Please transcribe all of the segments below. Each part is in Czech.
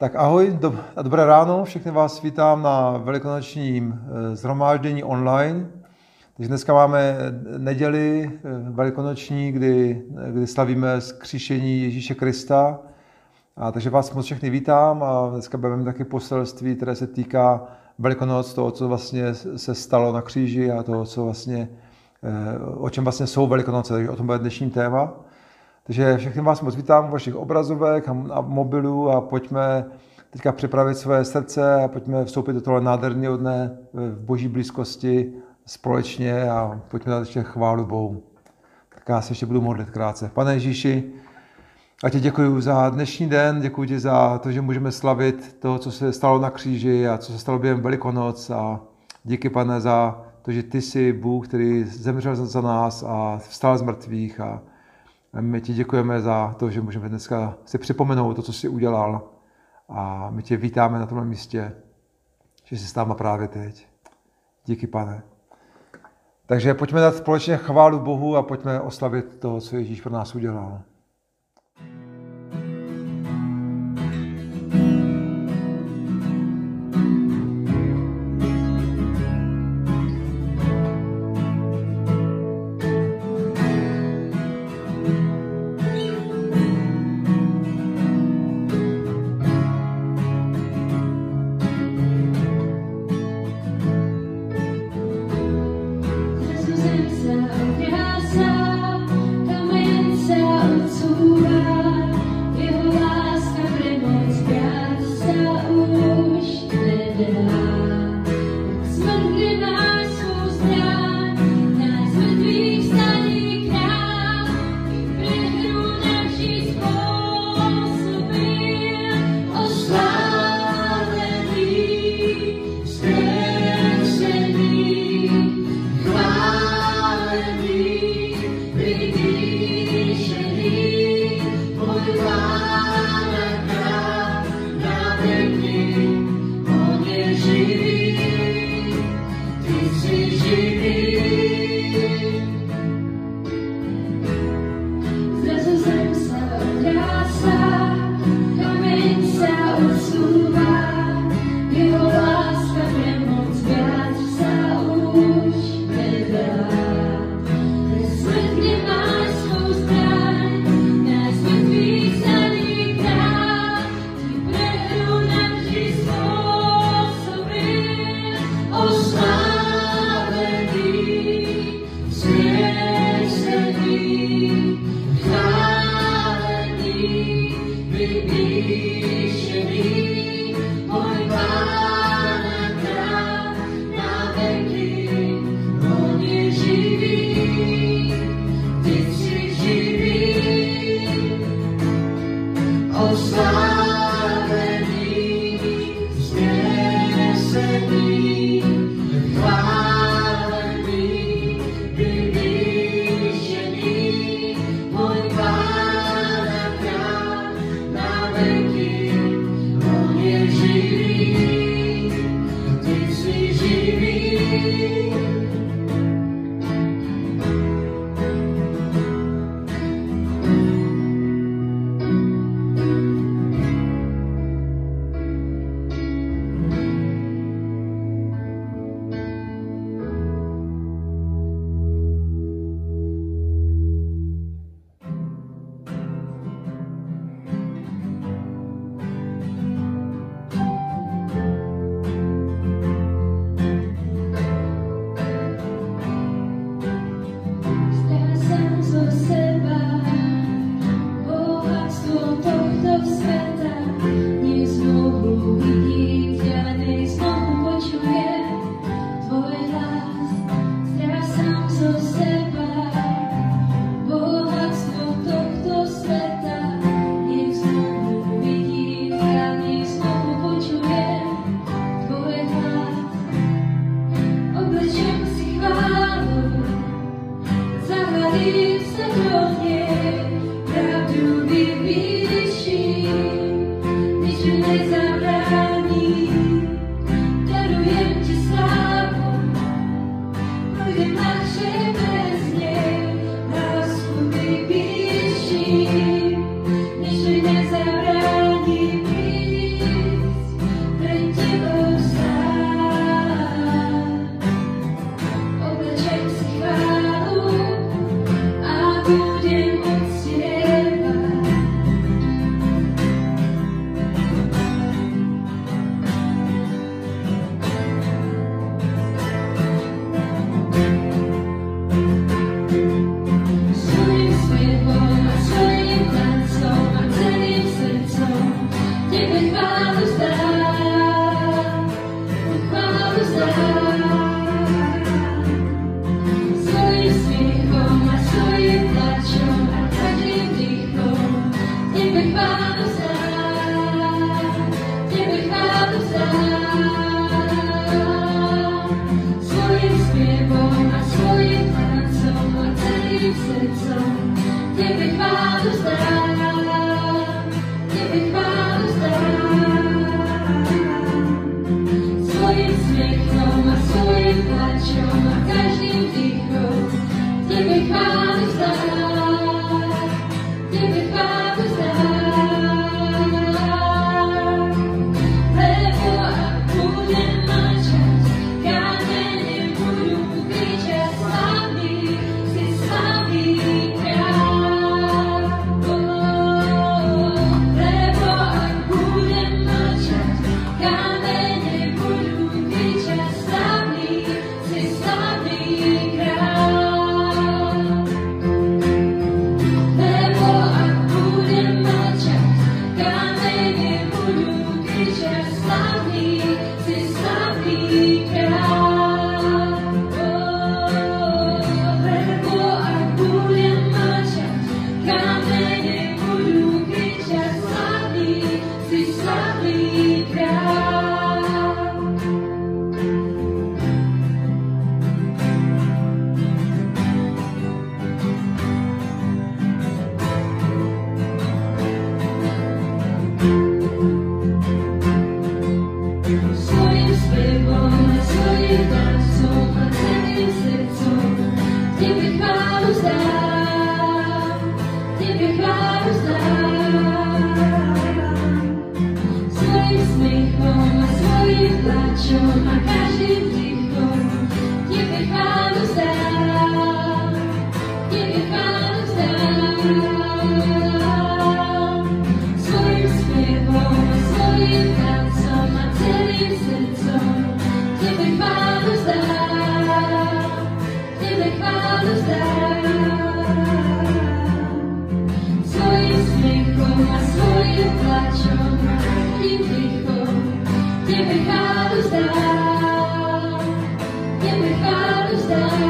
Tak ahoj, dobré ráno, všechny vás vítám na velikonočním shromáždění online. Takže dneska máme neděli velikonoční, kdy slavíme vzkříšení Ježíše Krista. Takže vás moc všechny vítám a dneska budeme taky poselství, které se týká Velikonoc, toho, co vlastně se stalo na kříži a toho, co vlastně, o čem vlastně jsou Velikonoce, takže o tom bude dnešní téma. Takže všechny vás moc vítám u vašich obrazovek a mobilů a pojďme teďka připravit své srdce a pojďme vstoupit do toho nádherného dne v boží blízkosti společně a pojďme dát ještě chválu Bohu. Tak já se ještě budu modlit krátce. Pane Ježíši, a tě děkuji za dnešní den, děkuji ti za to, že můžeme slavit to, co se stalo na kříži a co se stalo během Velikonoc a díky, Pane, za to, že ty jsi Bůh, který zemřel za nás a vstal z mrtvých a my ti děkujeme za to, že můžeme dneska si připomenout to, co jsi udělal a my tě vítáme na tomhle místě, že jsi s náma právě teď. Díky, Pane. Takže pojďme dát společně chválu Bohu a pojďme oslavit to, co Ježíš pro nás udělal. svým směchom a svým pláčom a každým dýchom Tebe chválu vzdám, Tebe chválu vzdám. Svým zpěvom a svým tancom a celým srdcom Tebe chválu vzdám, Tebe chválu vzdám. Svým směchom a svým pláčom a každým dýchom Tebe chválu vzdám, Tebe chválu vzdám.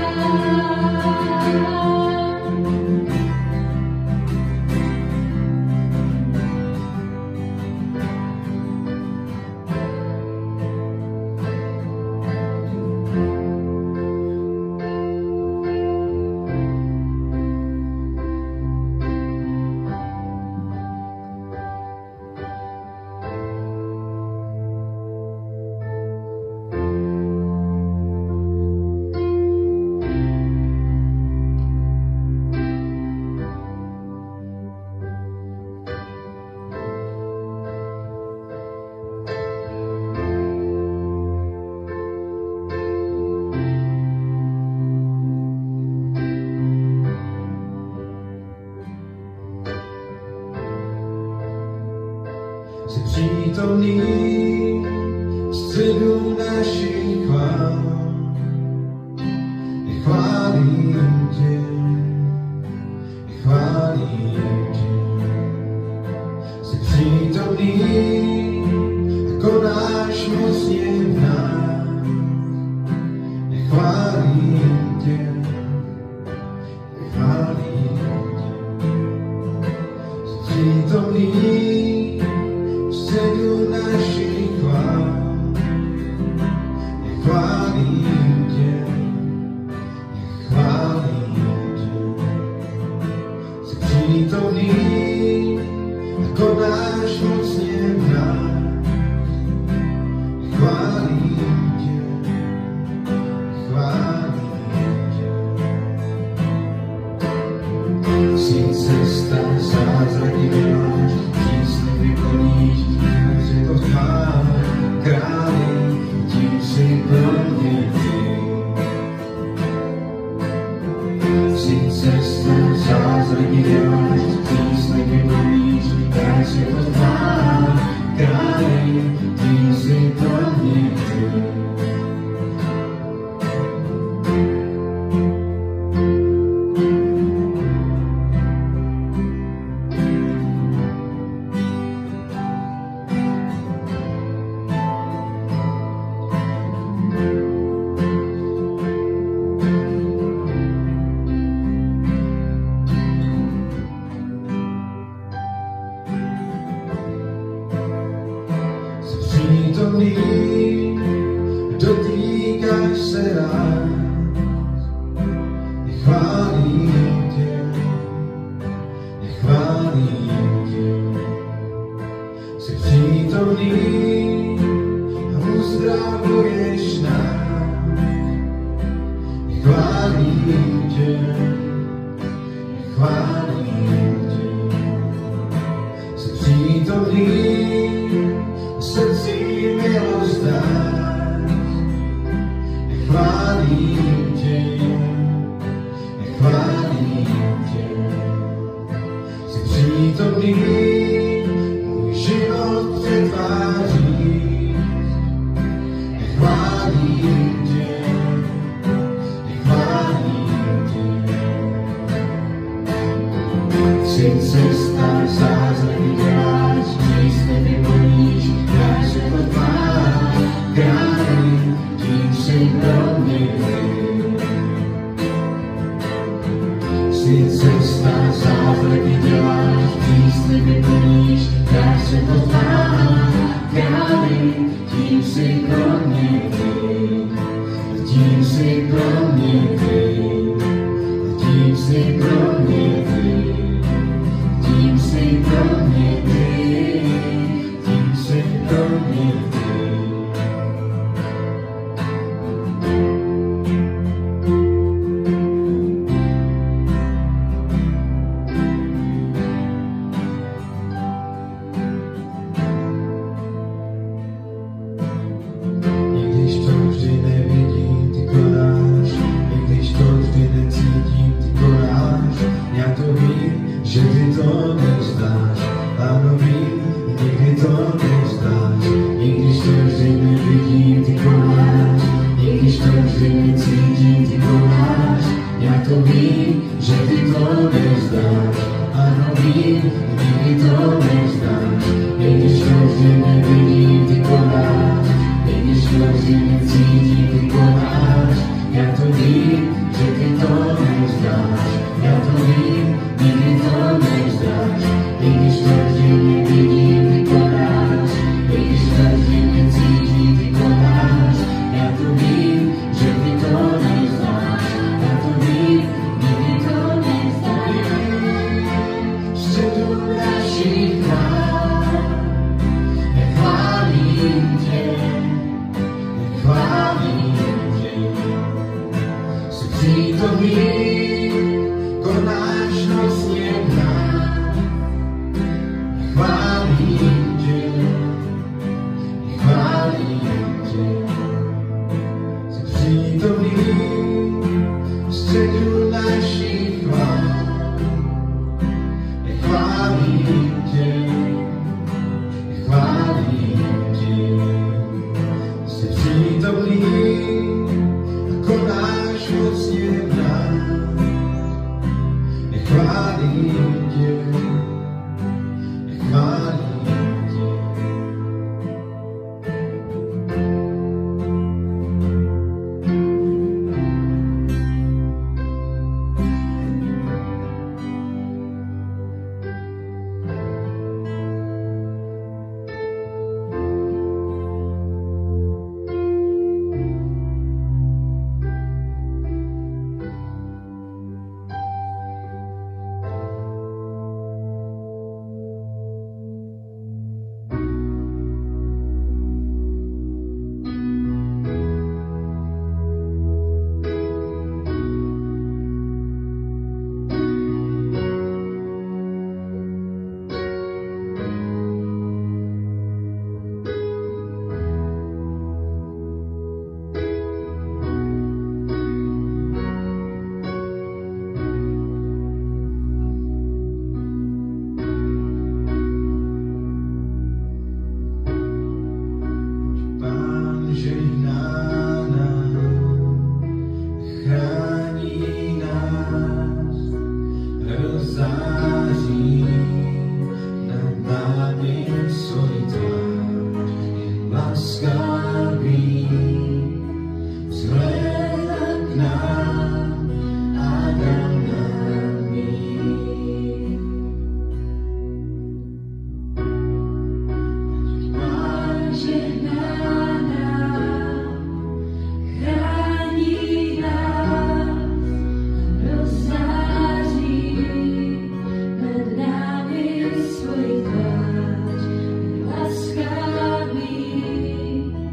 Jsi přítomný v středu našich chvál. Chválím tě, chválím tě. Jsi přítomný a konáš mocně v nás. Chválím tě, chválím tě. Jsi přítomný středu našich chvál, chválím tě, chválím tě. Jsi přítomný a konáš mocně v nás. Chválím tě, chválím tě. Jsi cesta, zázraky děláš, přísně vyplníš, je to tvá králi, tím si pro mě ty. Jsi cesta, zázraky děláš, přísně vyplníš, je to tvá králi, tím si pro mě ty. Přítomný, dotýkáš se nás, chválím tě, chválím tě. Jsi přítomný a uzdravuješ nás, chválím tě, chválím tě. Jsi přítomný srdcí milost dáš, chválím tě, chválím tě. Jsi přítomný, můj život přetváří, chválím tě, chválím tě. Jsi cesta, zázraky děláš, přísně vyvolíš, dáš jako tvá králi, tím si pro mě jsi cesta, zázraky děláš, přísně vyplníš, dáš jako tvá králi, tím si pro mě tím si pro mě tím si pro mě tím si pro mě tím si pro mě to vím, že ty to nezdáš. Ano, vím, nikdy to nezdáš. I když každý nevidím, ty konáš. I když každý necítí, ty konáš. Já to vím, že ty to nezdáš. Já to vím, nikdy to nezdáš. I když každý nevidím, ty konáš. I když každý necítí, ty konáš. Já to vím, že ty to nezdáš. Já to vím, nikdy to nezdáš. V středu našich rán nechválím tě, nechválím tě. Jsi přítomný, konáš nocně nám. Nechválím tě, nechválím tě. Jsi přítomný v středu našich vlád. Nechválím tě, nechválím tě. Jsi přítomný a konáš mocně v nás. Nechválím tě, nechválím tě. Pán žehná nám, chrání nás, rozzáří nad námi svůj tvář, je laskavý, vzhlédl k nám a dal nám mír. Pán žehná nám, chrání nás, rozzáří nad námi svůj tvář, laskavý,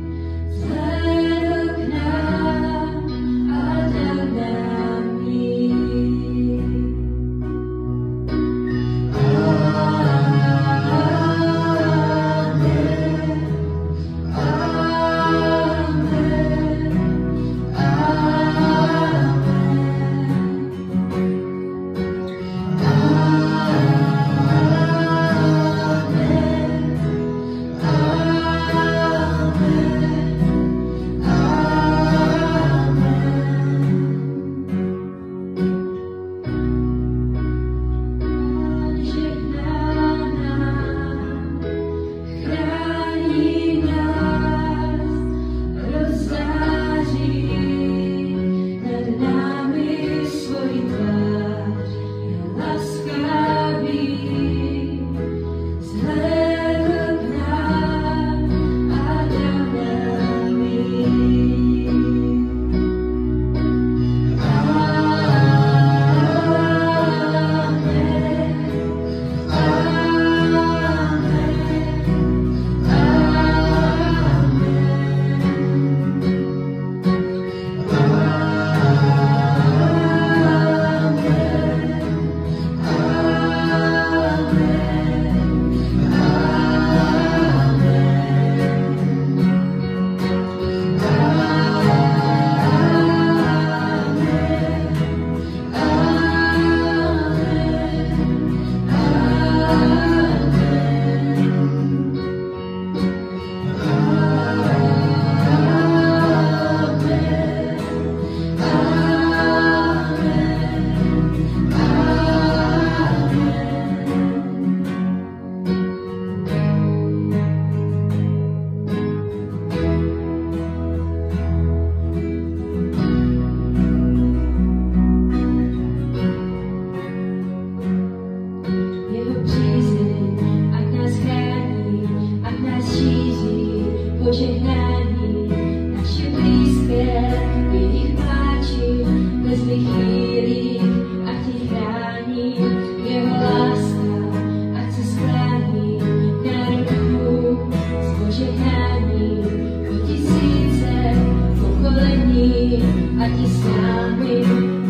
chrání po tisíce pokolení. A ti s námi,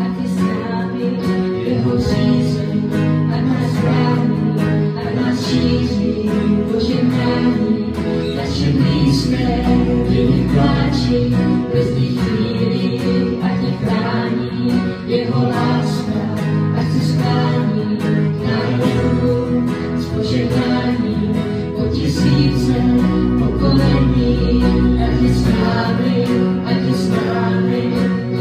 jeho řízení, a nás brání, a nás šíří požehnání. Naše blízké byli pláči, každý chvíli, ať je chrání, jeho láska, ať se sklání k národu s požehnáním po tisíce pokolení. Ať je s námi, ať je s námi.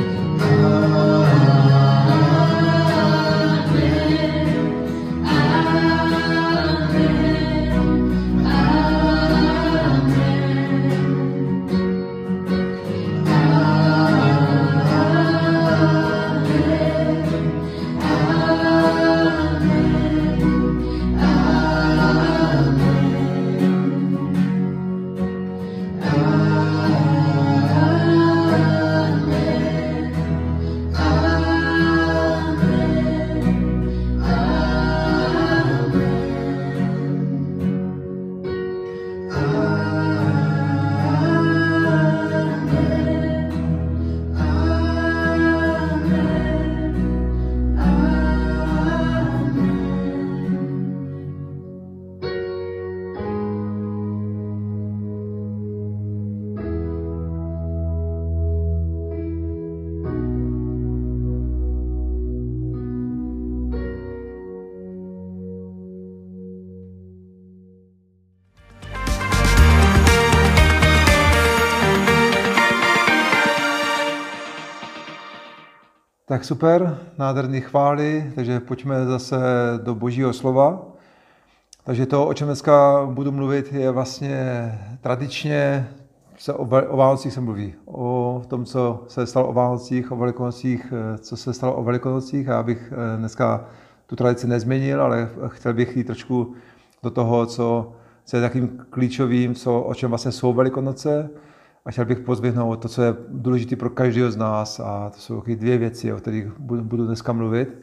Tak super, nádherný chvály, takže pojďme zase do Božího slova. Takže to, o čem dneska budu mluvit, je vlastně tradičně, o Vánocích se mluví. O tom, co se stalo o Vánocích, o Velikonocích, co se stalo o Velikonocích. A já bych dneska tu tradici nezměnil, ale chtěl bych jít trošku do toho, co je takým klíčovým, o čem vlastně jsou Velikonoce. A chtěl bych pozvihnout to, co je důležité pro každého z nás. A to jsou taky dvě věci, o kterých budu dneska mluvit.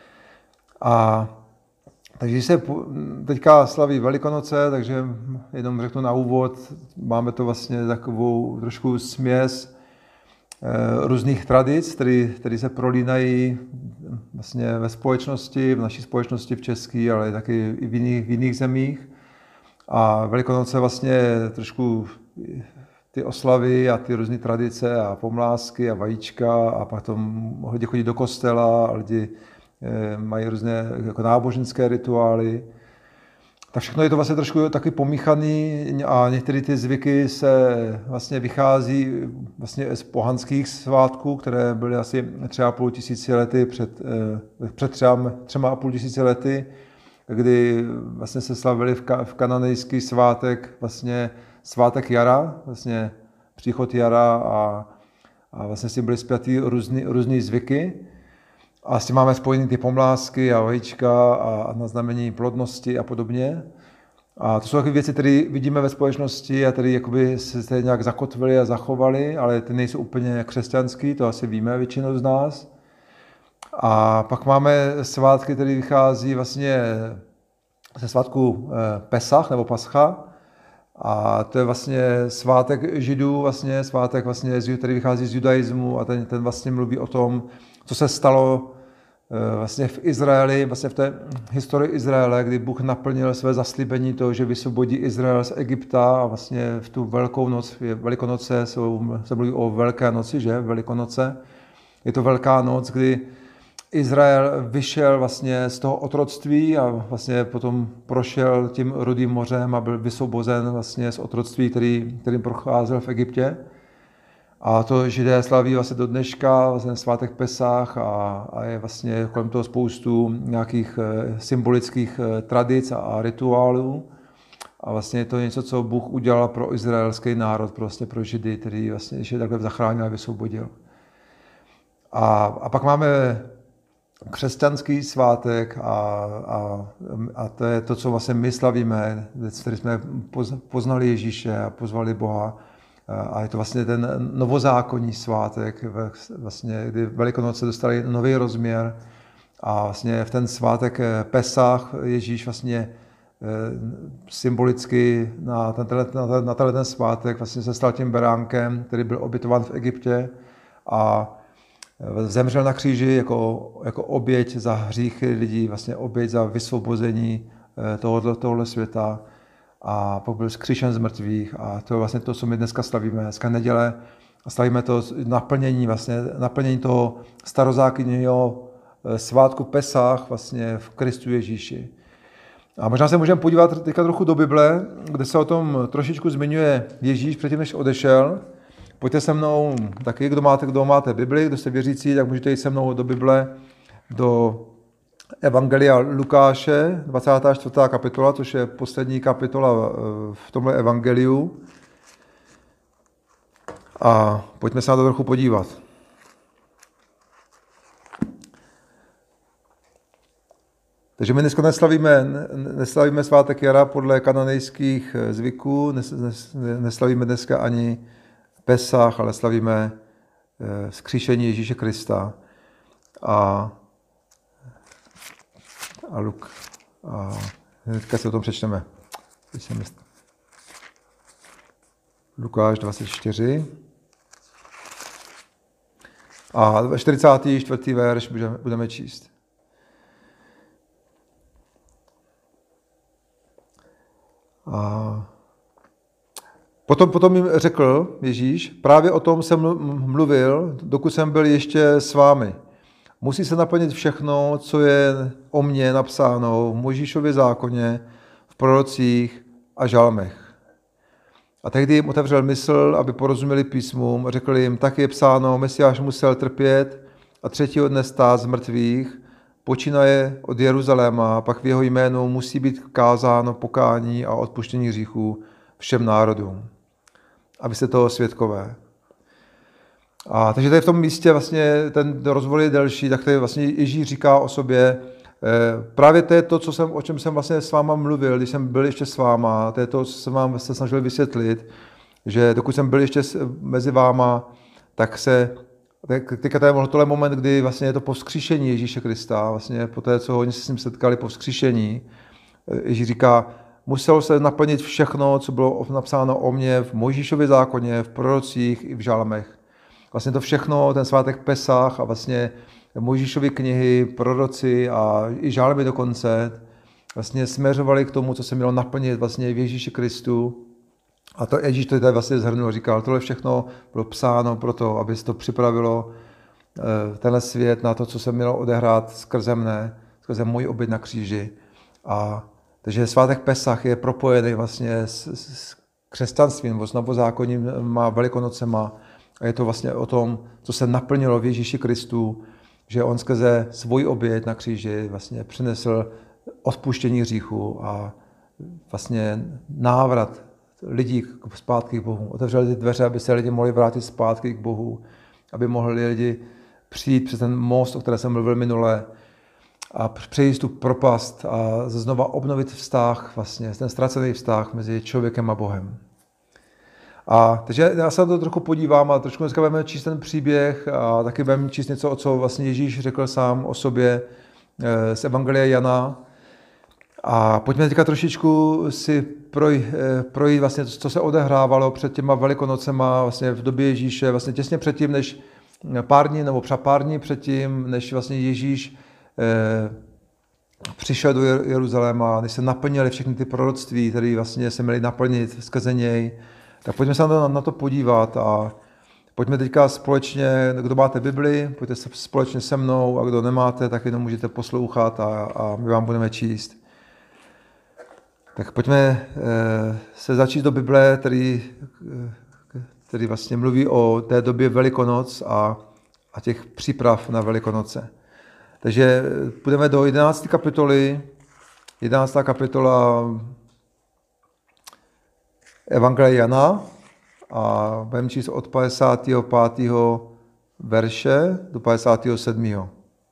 Takže když se teďka slaví Velikonoce, takže jenom řeknu na úvod, máme to vlastně takovou trošku směs různých tradic, které se prolínají vlastně ve společnosti, v naší společnosti v české, ale taky i v jiných zemích. A Velikonoce vlastně trošku ty oslavy a ty různé tradice a pomlásky a vajíčka a pak tam hodně chodí do kostela a lidi mají různé jako náboženské rituály. Tak všechno je to vlastně trošku taky pomíchaný a některé ty zvyky se vlastně vychází vlastně z pohanských svátků, které byly asi 3,5 tisíci lety před 3,5 tisíci lety, kdy vlastně se slavili v kananejský svátek vlastně svátek jara, vlastně příchod jara a vlastně s tím byly spjatý různý zvyky. A s tím máme spojený ty pomlásky a vajíčka a na znamení plodnosti a podobně. A to jsou takové věci, které vidíme ve společnosti a které jakoby se nějak zakotvily a zachovaly, ale ty nejsou úplně křesťanský, to asi víme většinou z nás. A pak máme svátky, které vychází vlastně ze svátku Pesach nebo Pascha. A to je vlastně svátek Židů, svátek, který vychází z judaismu a ten vlastně mluví o tom, co se stalo vlastně v Izraeli, vlastně v té historii Izraele, kdy Bůh naplnil své zaslíbení toho, že vysvobodí Izrael z Egypta a vlastně v tu Velkou noc, Velikonoce, se mluví o Velké noci, že? Velikonoce. Je to Velká noc, kdy Izrael vyšel vlastně z toho otroctví a vlastně potom prošel tím Rudým mořem a byl vysvobozen vlastně z otroctví, kterým procházel v Egyptě. A to Židé slaví vlastně do dneška, vlastně svátek Pesach a je vlastně kolem toho spoustu nějakých symbolických tradic a rituálů. A vlastně je to něco, co Bůh udělal pro izraelský národ, prostě pro Židy, který vlastně ještě takhle zachránil a vysvobodil. A pak máme křesťanský svátek a to je to, co vlastně my slavíme, který jsme poznali Ježíše a pozvali Boha. A je to vlastně ten novozákonní svátek, vlastně, kdy Velikonoce dostali nový rozměr a vlastně v ten svátek Pesach Ježíš vlastně symbolicky na tenhle svátek vlastně se stal tím beránkem, který byl obětován v Egyptě a zemřel na kříži jako oběť za hříchy lidí, vlastně oběť za vysvobození tohohle světa a pak byl vzkříšen z mrtvých a to je vlastně to, co my dneska slavíme, dneska neděle a slavíme to naplnění toho starozákonního svátku Pesach vlastně v Kristu Ježíši. A možná se můžeme podívat teďka trochu do Bible, kde se o tom trošičku zmiňuje Ježíš předtím, než odešel. Pojďte se mnou taky, kdo máte Bibli, kdo jste věřící, tak můžete jít se mnou do Bible, do Evangelia Lukáše, 24. kapitola, což je poslední kapitola v tomhle evangeliu. A pojďme se na to trochu podívat. Takže my dneska neslavíme svátek jara podle kananejských zvyků, neslavíme dneska ani Pesach, ale slavíme vzkříšení Ježíše Krista a hnedka se o tom přečteme. Lukáš 24. A 44. verš budeme číst. A potom jim řekl Ježíš, právě o tom jsem mluvil, dokud jsem byl ještě s vámi. Musí se naplnit všechno, co je o mně napsáno v Mojžíšově zákoně, v prorocích a žalmech. A tehdy jim otevřel mysl, aby porozuměli písmům, a řekl jim, tak je psáno, Mesiáš musel trpět a třetího dne stát z mrtvých, počínaje od Jeruzaléma, pak v jeho jménu musí být kázáno pokání a odpuštění hříchů všem národům. Aby se toho svědkové. A takže tady v tom místě vlastně ten rozhovor je delší, tak tady vlastně Ježíš říká o sobě, právě to je to, o čem jsem vlastně s váma mluvil, když jsem byl ještě s váma, to je to, co jsem vám se snažil vysvětlit, že dokud jsem byl ještě mezi váma, tak teďka tady mohl tohle moment, kdy vlastně je to po vzkříšení Ježíše Krista, vlastně po té, co oni se s ním setkali po vzkříšení. Ježíš říká, muselo se naplnit všechno, co bylo napsáno o mně v Mojžíšově zákoně, v prorocích i v žalmech. Vlastně to všechno, ten svátek Pesach a vlastně Mojžíšovy knihy, proroci a i žalmy dokonce vlastně směřovali k tomu, co se mělo naplnit vlastně v Ježíši Kristu. A to Ježíš to tady vlastně zhrnul, říkal, tohle všechno bylo psáno proto, aby se to připravilo tenhle svět na to, co se mělo odehrát skrze mne, skrze můj oběť na kříži. Takže svátek Pesach je propojený vlastně s křesťanstvím, s novozákonním Velikonocema. A je to vlastně o tom, co se naplnilo v Ježíši Kristu, že on skrze svůj oběť na kříži vlastně přinesl odpuštění hříchu a vlastně návrat lidí zpátky k Bohu. Otevřel ty dveře, aby se lidi mohli vrátit zpátky k Bohu, aby mohli lidi přijít přes ten most, o které jsem mluvil minule, a přejít tu propast a znova obnovit vztah, vlastně ten ztracený vztah mezi člověkem a Bohem. Takže já se na to trochu podívám a trošku dneska budeme číst ten příběh a taky budeme číst něco, o co vlastně Ježíš řekl sám o sobě z Evangelia Jana. A pojďme teďka trošičku si projít vlastně, co se odehrávalo před těma Velikonocema vlastně v době Ježíše, vlastně těsně předtím, než pár dní předtím, než vlastně Ježíš přišel do Jeruzaléma, než se naplnily všechny ty proroctví, které vlastně se měly naplnit skrze něj. Tak pojďme se na to podívat a pojďme teďka společně, kdo máte Bibli, pojďte se společně se mnou a kdo nemáte, tak jenom můžete poslouchat a my vám budeme číst. Tak pojďme se začít do Bible, který vlastně mluví o té době Velikonoc a těch příprav na Velikonoce. Takže půjdeme do 11. kapitoly, 11. kapitola Evangelia Jana a budeme číst od 55. verše do 57.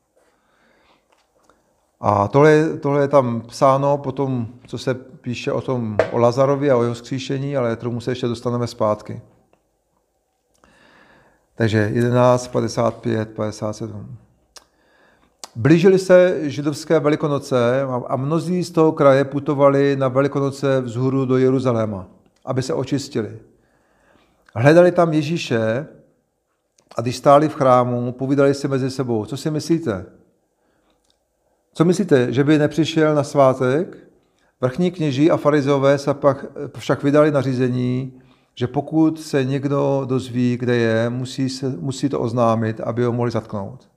A tohle je tam psáno potom, co se píše o Lazarovi a o jeho vzkříšení, ale k tomu se ještě dostaneme zpátky. Takže 11, 55, 57. Blížily se židovské Velikonoce a mnozí z toho kraje putovali na Velikonoce vzhůru do Jeruzaléma, aby se očistili. Hledali tam Ježíše a když stáli v chrámu, povídali si mezi sebou. Co si myslíte? Co myslíte, že by nepřišel na svátek? Vrchní kněží a farizeové se pak však vydali nařízení, že pokud se někdo dozví, kde je, musí to oznámit, aby ho mohli zatknout.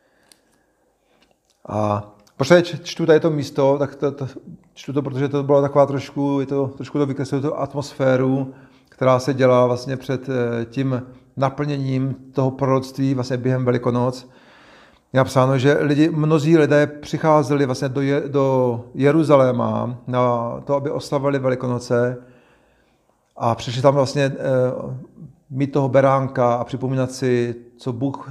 A proč čtu tady to místo, tak čtu to, protože to bylo taková trošku to vykresluje tu atmosféru, která se dělá vlastně před tím naplněním toho proroctví vlastně během Velikonoc. Je napsáno, že mnozí lidé přicházeli vlastně do Jeruzaléma na to, aby oslavili Velikonoce a přišli tam vlastně mít toho beránka a připomínat si, co Bůh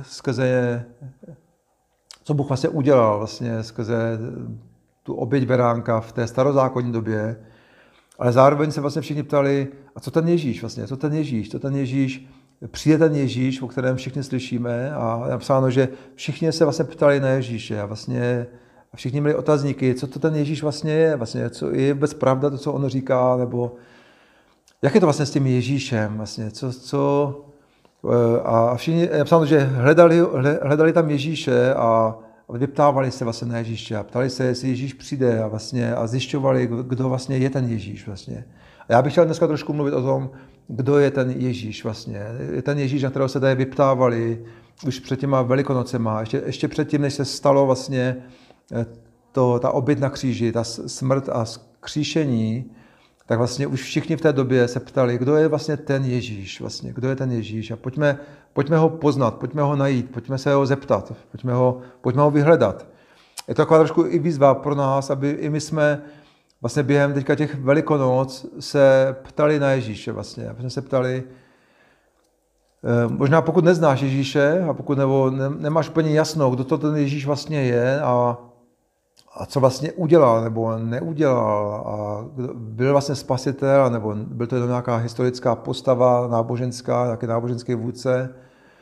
vlastně udělal vlastně skrze tu oběť beránka v té starozákonní době. Ale zároveň se vlastně všichni ptali, a co ten Ježíš vlastně, co ten Ježíš, přijde ten Ježíš, o kterém všichni slyšíme a je napsáno, že všichni se vlastně ptali na Ježíše a vlastně všichni měli otazníky, co to ten Ježíš vlastně je, co je vůbec pravda, to, co on říká, nebo jak je to vlastně s tím Ježíšem, vlastně, a všichni, je napsáno, že hledali tam Ježíše a vyptávali se vlastně na Ježíše a ptali se, jestli Ježíš přijde a zjišťovali, kdo vlastně je ten Ježíš vlastně. A já bych chtěl dneska trošku mluvit o tom, kdo je ten Ježíš vlastně. Je ten Ježíš, na kterého se tady vyptávali už před těma Velikonocema, ještě předtím, než se stalo vlastně ta oběť na kříži, ta smrt a vzkříšení, tak vlastně už všichni v té době se ptali, kdo je vlastně ten Ježíš, vlastně, kdo je ten Ježíš a pojďme ho poznat, pojďme ho najít, pojďme se ho zeptat, pojďme ho vyhledat. Je to taková trošku i výzva pro nás, aby i my jsme vlastně během teďka těch Velikonoc se ptali na Ježíše vlastně, aby jsme se ptali, možná pokud neznáš Ježíše a pokud nemáš úplně jasno, kdo to ten Ježíš vlastně je a co vlastně udělal nebo neudělal a byl vlastně spasitel nebo byl to jenom nějaká historická postava náboženská, nějaký náboženský vůdce.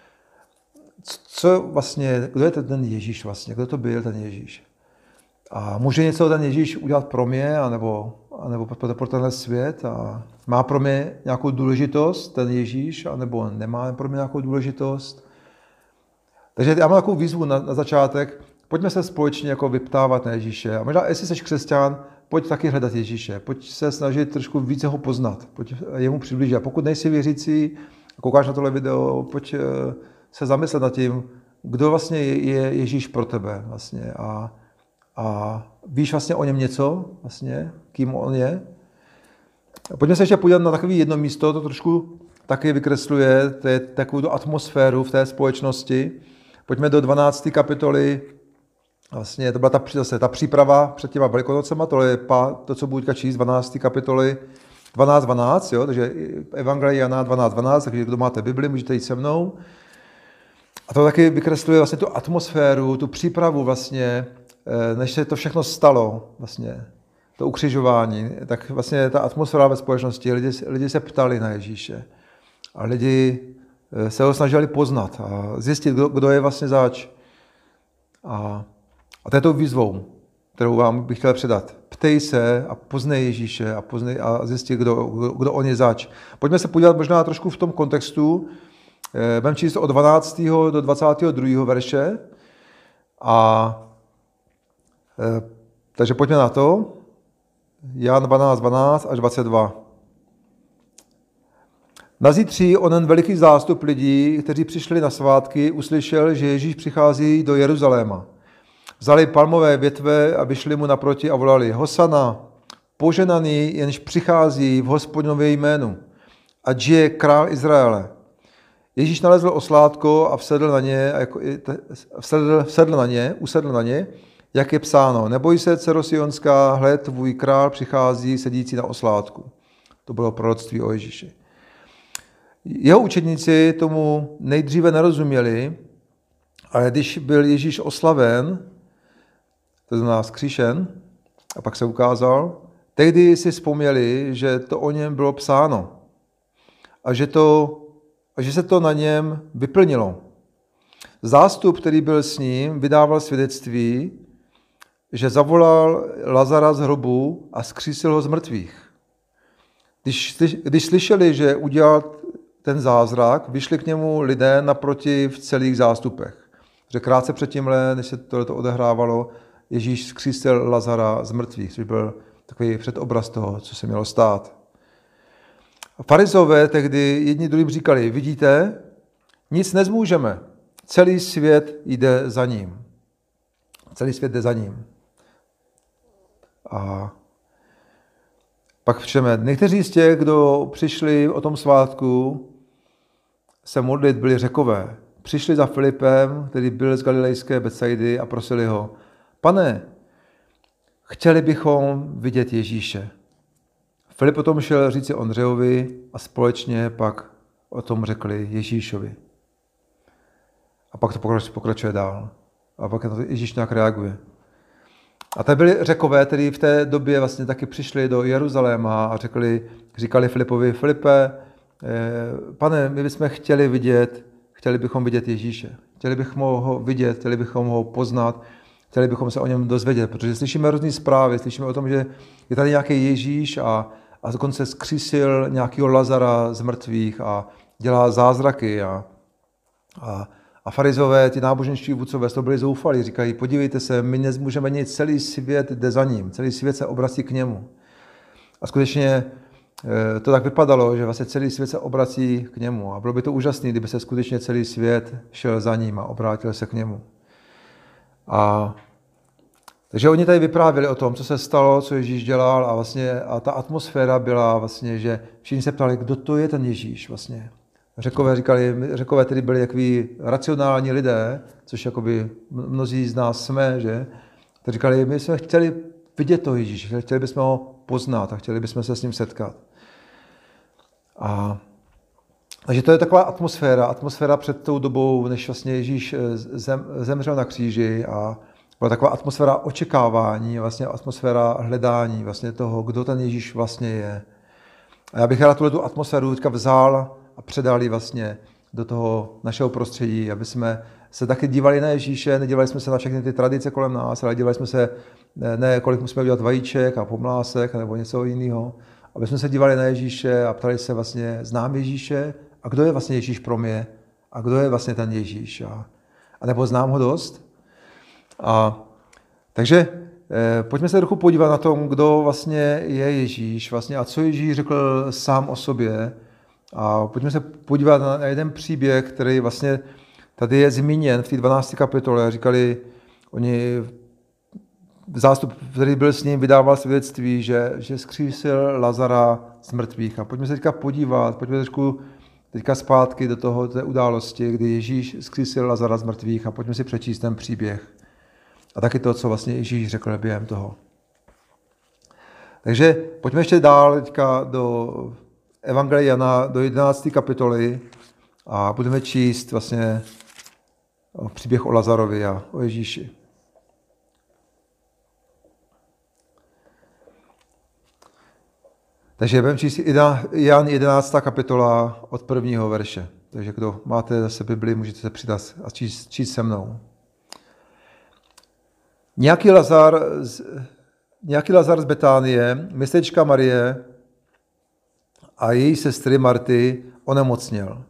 Co vlastně, kdo je ten Ježíš vlastně, kdo to byl ten Ježíš? A může něco ten Ježíš udělat pro mě anebo pro tenhle svět a má pro mě nějakou důležitost ten Ježíš anebo nemá pro mě nějakou důležitost? Takže já mám takovou výzvu na začátek. Pojďme se společně jako vyptávat na Ježíše. A možná, jestli jsi křesťan, pojď taky hledat Ježíše. Pojď se snažit trošku více ho poznat. Pojď jemu přiblížit. A pokud nejsi věřící a koukáš na tohle video, pojď se zamyslet nad tím, kdo vlastně je Ježíš pro tebe. Vlastně. A víš vlastně o něm něco, vlastně, kým on je. A pojďme se ještě podívat na takové jedno místo, to trošku taky vykresluje takovou atmosféru v té společnosti. Pojďme do 12. kapitoly. Vlastně to byla ta příprava před těma Velikonocema, to je to, co budu číst, 12. kapitoly 12, jo, takže Evangelia Jana 12, takže kdo máte Bibli, můžete jít se mnou. A to taky vykresluje vlastně tu atmosféru, tu přípravu vlastně, než se to všechno stalo, vlastně, to ukřižování, tak vlastně ta atmosféra ve společnosti, lidi se ptali na Ježíše a lidi se ho snažili poznat a zjistit, kdo je vlastně zač. A to je tou výzvou, kterou vám bych chtěl předat. Ptej se a poznej Ježíše a zjistit, kdo on je zač. Pojďme se podívat možná trošku v tom kontextu. Budeme číst od 12. do 22. verše. Takže pojďme na to. Jan 12 až 22. Na zítří onen veliký zástup lidí, kteří přišli na svátky, uslyšel, že Ježíš přichází do Jeruzaléma. Vzali palmové větve a vyšli mu naproti a volali: Hosana, poženaný, jenž přichází v Hospodinově jménu, ať žije král Izraele. Ježíš nalezl oslátko a usedl na ně, jak je psáno: Neboj se, dcero Sionská, hle, tvůj král přichází sedící na oslátku. To bylo proroctví o Ježíši. Jeho učedníci tomu nejdříve nerozuměli, ale když byl Ježíš oslaven, to znamená vzkříšen, a pak se ukázal, tehdy si vzpomněli, že to o něm bylo psáno a že se to na něm vyplnilo. Zástup, který byl s ním, vydával svědectví, že zavolal Lazara z hrobu a vzkřísil ho z mrtvých. Když slyšeli, že udělal ten zázrak, vyšli k němu lidé naproti v celých zástupech. Že krátce předtím, než se tohleto odehrávalo, Ježíš vzkřísil Lazara z mrtvých, což byl takový předobraz toho, co se mělo stát. Farizové tehdy jedni druhým říkali, vidíte, nic nezmůžeme, celý svět jde za ním. Celý svět jde za ním. A pak přečteme, někteří z těch, kdo přišli o tom svátku se modlit, byli Řekové. Přišli za Filipem, který byl z galilejské Betsaidy a prosili ho, Pane, chtěli bychom vidět Ježíše. Filip potom šel říci Ondřejovi a společně pak o tom řekli Ježíšovi. A pak to pokračuje dál. A pak na to Ježíš nějak reaguje. A to byli Řekové, kteří v té době vlastně taky přišli do Jeruzaléma a říkali Filipovi, Filipe, Pane, my bychom chtěli bychom vidět Ježíše. Chtěli bychom ho vidět, chtěli bychom ho poznat, chtěli bychom se o něm dozvědět, protože slyšíme různé zprávy, slyšíme o tom, že je tady nějaký Ježíš a dokonce zkřísil nějakého Lazara z mrtvých a dělá zázraky a farizové, ty náboženští vůdcové, to byli zoufalí, říkají, podívejte se, my nezmůžeme nic, celý svět jde za ním, celý svět se obrací k němu. A skutečně to tak vypadalo, že vlastně celý svět se obrací k němu. A bylo by to úžasné, kdyby se skutečně celý svět šel za ním a obrátil se k němu. Takže oni tady vyprávěli o tom, co se stalo, co Ježíš dělal a ta atmosféra byla vlastně, že všichni se ptali, kdo to je ten Ježíš vlastně. Řekové tedy byli takový racionální lidé, což jakoby mnozí z nás jsme, že? Tak říkali, my jsme chtěli vidět toho Ježíše, chtěli bychom ho poznat a chtěli bychom se s ním setkat. Takže to je taková atmosféra před tou dobou, než vlastně Ježíš zemřel na kříži a byla taková atmosféra očekávání, vlastně atmosféra hledání vlastně toho, kdo ten Ježíš vlastně je. A já bych rád tu atmosféru teďka vzal a předali vlastně do toho našeho prostředí, aby jsme se taky dívali na Ježíše, nedívali jsme se na všechny ty tradice kolem nás, ale dívali jsme se, ne kolik musíme udělat vajíček a pomlásek nebo něco jiného, aby jsme se dívali na Ježíše a ptali se vlastně, znám Ježíše a kdo je vlastně Ježíš pro mě a kdo je vlastně ten Ježíš a nebo znám ho dost. Takže pojďme se trochu podívat na tom, kdo vlastně je Ježíš vlastně a co Ježíš řekl sám o sobě. A pojďme se podívat na jeden příběh, který vlastně tady je zmíněn v té 12. kapitole. Říkali oni, zástup, který byl s ním, vydával svědectví, že zkřísil Lazara z mrtvých. A pojďme se teďka podívat, pojďme trošku teďka zpátky do té události, kdy Ježíš zkřísil Lazara z mrtvých a pojďme si přečíst ten příběh. A taky to, co vlastně Ježíš řekl během toho. Takže pojďme ještě dál teďka do Evangelia Jana, do 11. kapitoly a budeme číst vlastně příběh o Lazarovi a o Ježíši. Takže budeme číst Jan 11. kapitola od 1. verše. Takže kdo máte zase Bibli, můžete se přidat a číst se mnou. Nějaký Lazar z Betánie, městečka Marie a její sestry Marty onemocněl.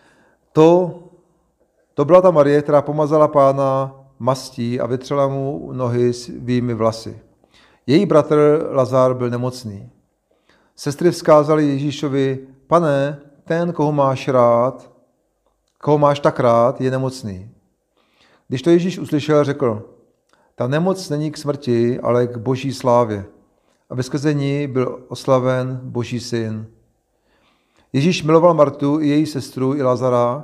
To byla ta Marie, která pomazala Pána mastí a vytřela mu nohy svými vlasy. Její bratr Lazar byl nemocný. Sestry vzkázaly Ježíšovi, Pane, ten, koho máš tak rád, je nemocný. Když to Ježíš uslyšel, řekl, ta nemoc není k smrti, ale k boží slávě, aby skrze ní byl oslaven Boží syn. Ježíš miloval Martu i její sestru i Lazara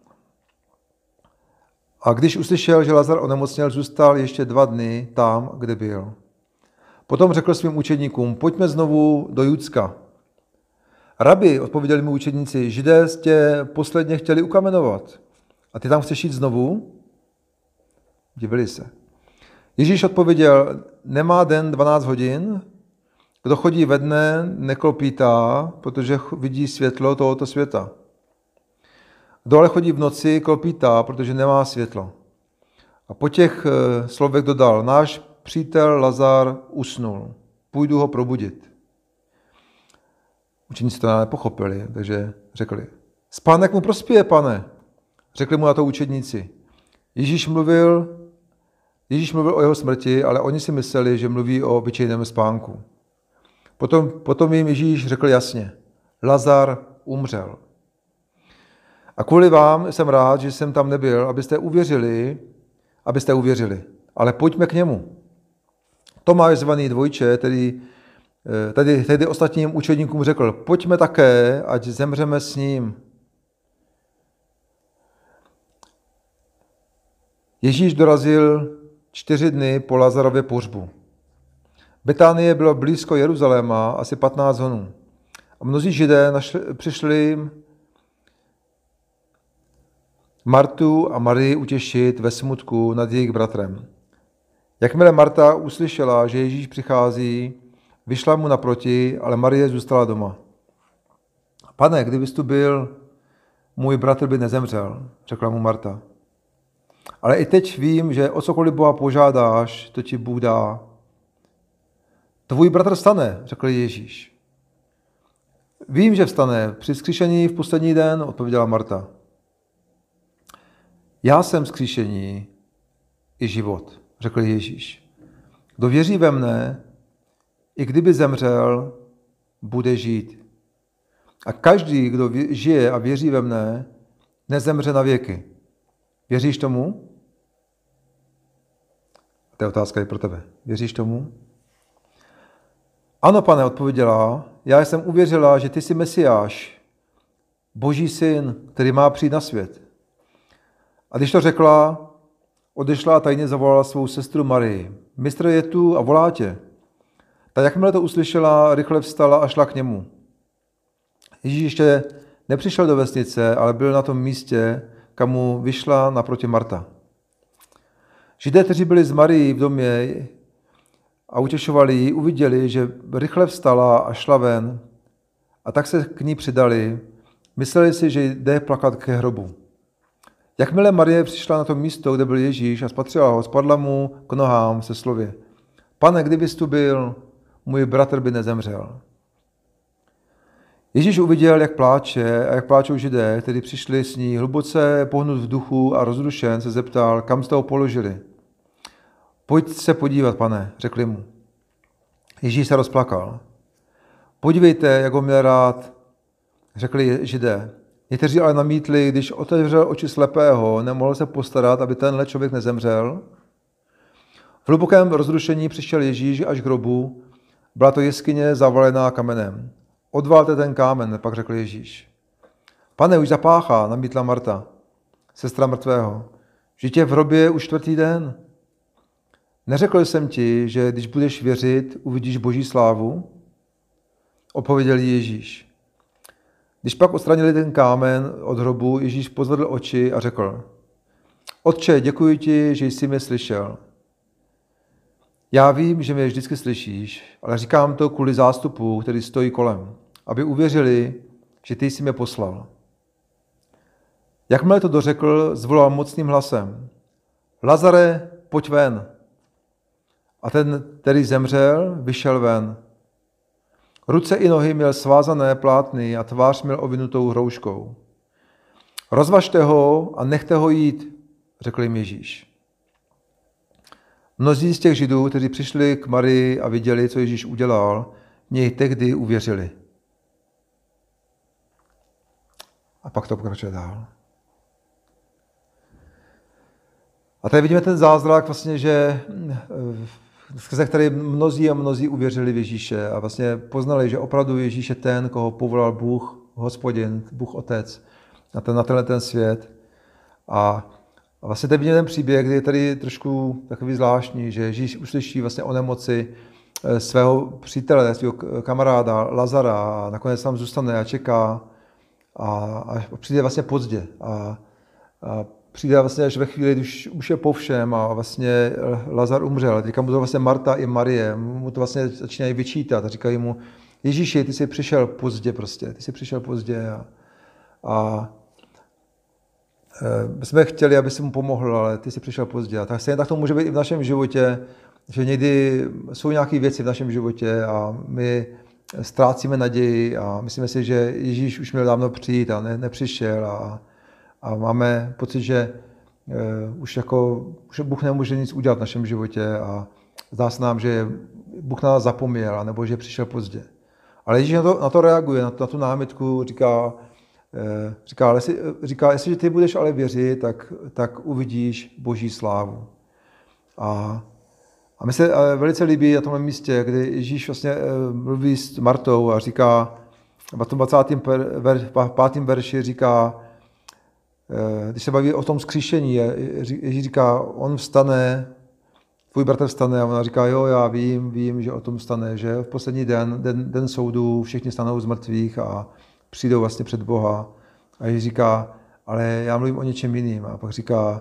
a když uslyšel, že Lazar onemocněl, zůstal ještě 2 dny tam, kde byl. Potom řekl svým učedníkům, pojďme znovu do Judska. Rabi, odpověděli mu učedníci, Židé tě posledně chtěli ukamenovat. A ty tam chceš jít znovu? Divili se. Ježíš odpověděl, nemá den 12 hodin, kdo chodí ve dne, neklopítá, protože vidí světlo tohoto světa. Dole chodí v noci, klopítá, protože nemá světlo. A po těch slovech dodal, náš přítel Lazar usnul, půjdu ho probudit. Učeníci to nepochopili, takže řekli, spánek mu prospěje, pane. Řekli mu na to učedníci. Ježíš mluvil o jeho smrti, ale oni si mysleli, že mluví o obyčejném spánku. Potom jim Ježíš řekl jasně, Lazar umřel. A kvůli vám jsem rád, že jsem tam nebyl, abyste uvěřili. Ale pojďme k němu. Tomáš zvaný dvojče, tedy ostatním učedníkům řekl, pojďme také, ať zemřeme s ním. Ježíš dorazil 4 dny po Lazarově pohřbu. Betánie bylo blízko Jeruzaléma, asi 15 honů. A mnozí Židé přišli Martu a Marii utěšit ve smutku nad jejich bratrem. Jakmile Marta uslyšela, že Ježíš přichází, vyšla mu naproti, ale Marie zůstala doma. Pane, kdybys tu byl, můj bratr by nezemřel, řekla mu Marta. Ale i teď vím, že o cokoliv Boha požádáš, to ti Bůh dá. Tvůj bratr vstane, řekl Ježíš. Vím, že vstane, při vzkříšení v poslední den, odpověděla Marta. Já jsem vzkříšení i život, řekl Ježíš. Kdo věří ve mne, i kdyby zemřel, bude žít. A každý, kdo žije a věří ve mne, nezemře na věky. Věříš tomu? To je otázka i pro tebe. Věříš tomu? Ano, pane, odpověděla. Já jsem uvěřila, že ty jsi Mesiáš, Boží syn, který má přijít na svět. A když to řekla, odešla a tajně zavolala svou sestru Marii. Mistr je tu a volá tě. Ta jakmile to uslyšela, rychle vstala a šla k němu. Ježíš ještě nepřišel do vesnice, ale byl na tom místě, kam mu vyšla naproti Marta. Židé, kteří byli s Marií v domě a utěšovali ji, uviděli, že rychle vstala a šla ven, a tak se k ní přidali. Mysleli si, že jde plakat ke hrobu. Jakmile Marie přišla na to místo, kde byl Ježíš a spatřila ho, spadla mu k nohám se slovy. Pane, kdybys tu byl, můj bratr by nezemřel. Ježíš uviděl, jak pláče a jak pláčou Židé, kteří přišli s ní, hluboce pohnut v duchu a rozrušen, se zeptal, kam jste ho položili. Pojď se podívat, pane, řekli mu. Ježíš se rozplakal. Podívejte, jak ho měl rád, řekli Židé. Někteří ale namítli, když otevřel oči slepého, nemohl se postarat, aby tenhle člověk nezemřel. V hlubokém rozrušení přišel Ježíš až k hrobu. Byla to jeskyně zavalená kamenem. Odvalte ten kámen, pak řekl Ježíš. Pane, už zapáchá, namítla Marta, sestra mrtvého. Vždyť je v hrobě už 4. den. Neřekl jsem ti, že když budeš věřit, uvidíš Boží slávu? Odpověděl Ježíš. Když pak odstranili ten kámen od hrobu, Ježíš pozvedl oči a řekl, Otče, děkuji ti, že jsi mě slyšel. Já vím, že mě vždycky slyšíš, ale říkám to kvůli zástupu, který stojí kolem, aby uvěřili, že ty jsi mě poslal. Jakmile to dořekl, zvolal mocným hlasem. Lazare, pojď ven. A ten, který zemřel, vyšel ven. Ruce i nohy měl svázané plátny a tvář měl ovinutou hrouškou. Rozvažte ho a nechte ho jít, řekl jim Ježíš. Mnozí z těch Židů, kteří přišli k Marii a viděli, co Ježíš udělal, v něj tehdy uvěřili. A pak to pokračuje dál. A tady vidíme ten zázrak, vlastně, že skrze který mnozí uvěřili v Ježíše a vlastně poznali, že opravdu Ježíš je ten, koho povolal Bůh, Hospodin, Bůh Otec na tenhle svět. A vlastně tady vidíme ten příběh, kdy je tady trošku takový zvláštní, že Ježíš uslyší vlastně o nemoci svého přítele, svého kamaráda Lazara a nakonec tam zůstane a čeká a přijde vlastně pozdě. A přijde vlastně až ve chvíli, když už je po všem a vlastně Lazar umřel. Teďka mu to vlastně Marta i Marie mu to vlastně začínají vyčítat a říkají mu, Ježíši, ty jsi přišel pozdě prostě, ty jsi přišel pozdě a My jsme chtěli, aby si mu pomohl, ale ty jsi přišel pozdě. A tak stejně tak to může být i v našem životě, že někdy jsou nějaké věci v našem životě a my ztrácíme naději a myslíme si, že Ježíš už měl dávno přijít a nepřišel a máme pocit, že už Bůh nemůže nic udělat v našem životě a zdá se nám, že Bůh na nás zapomněl nebo že přišel pozdě. Ale Ježíš na to reaguje, na tu námitku, říká, jestliže ty budeš ale věřit, tak uvidíš Boží slávu. A mi se velice líbí na tomhle místě, kdy Ježíš vlastně mluví s Martou a říká, v tom 25. verši říká, když se baví o tom vzkříšení, Ježíš říká, on vstane, tvůj bratr vstane a ona říká, jo, já vím, že o tom vstane, že v poslední den soudu všichni stanou z mrtvých a přijdou vlastně před Boha. A Ježíš říká, ale já mluvím o něčem jiným. A pak říká,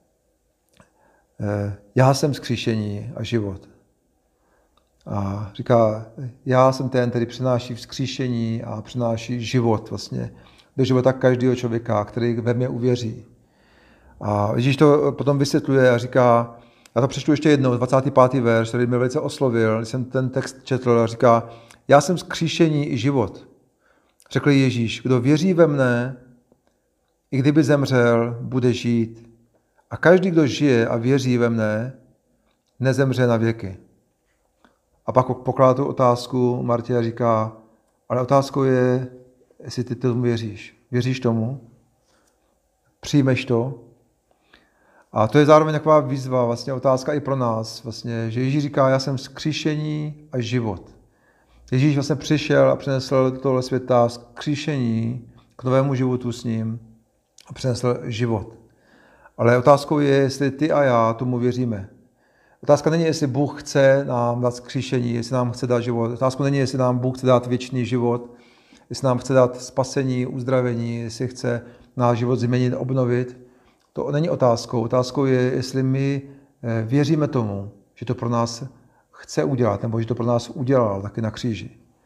já jsem vzkříšení a život. A říká, já jsem ten, který přináší vzkříšení a přináší život vlastně do života každého člověka, který ve mě uvěří. A Ježíš to potom vysvětluje a říká, já to přečtu ještě jednou, 25. verš, který mě velice oslovil, když jsem ten text četl a říká, já jsem vzkříšení i život. Řekl Ježíš, kdo věří ve mne, i kdyby zemřel, bude žít. A každý, kdo žije a věří ve mne, nezemře na věky. A pak pokládá tu otázku Martě a říká, ale otázkou je, jestli ty tomu věříš. Věříš tomu? Přijmeš to? A to je zároveň taková výzva, vlastně otázka i pro nás, vlastně, že Ježíš říká, já jsem vzkříšení a život. Ježíš vlastně přišel a přinesl do tohle světa vzkříšení k novému životu s ním a přinesl život. Ale otázkou je, jestli ty a já tomu věříme. Otázka není, jestli Bůh chce nám dát vzkříšení, jestli nám chce dát život. Otázka není, jestli nám Bůh chce dát věčný život, jestli nám chce dát spasení, uzdravení, jestli chce náš život změnit, obnovit. To není otázkou. Otázkou je, jestli my věříme tomu, že to pro nás chce udělat, nebo že to pro nás udělal taky na kříži.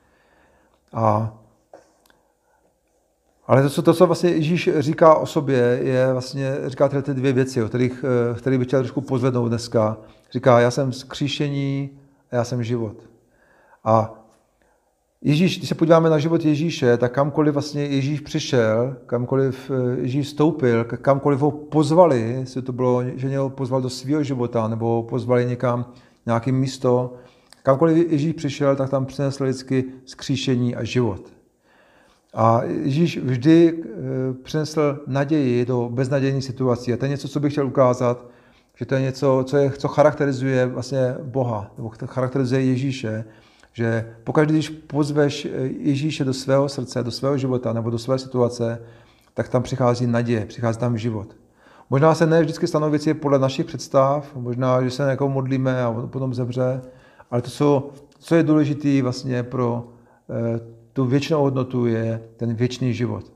Ale to, co vlastně Ježíš říká o sobě, je vlastně, říká ty dvě věci, o kterých bych chtěl trošku pozvednout dneska. Říká, já jsem vzkříšení a já jsem život. A Ježíš, když se podíváme na život Ježíše, tak kamkoliv vlastně Ježíš přišel, kamkoliv Ježíš vstoupil, kamkoliv ho pozvali, jestli to bylo, že něho pozval do svého života, nebo pozvali někam nějaké místo, kamkoliv Ježíš přišel, tak tam přinesl vždycky vzkříšení a život. A Ježíš vždy přinesl naději do beznadějných situací. A to je něco, co bych chtěl ukázat, že to je něco, co charakterizuje vlastně Boha, nebo charakterizuje Ježíše, že pokaždé, když pozveš Ježíše do svého srdce, do svého života nebo do své situace, tak tam přichází naděje, přichází tam život. Možná se ne vždycky stanou věci podle našich představ, možná, že se někoho modlíme a potom zemře, ale to, co je důležité vlastně pro tu věčnou hodnotu, je ten věčný život.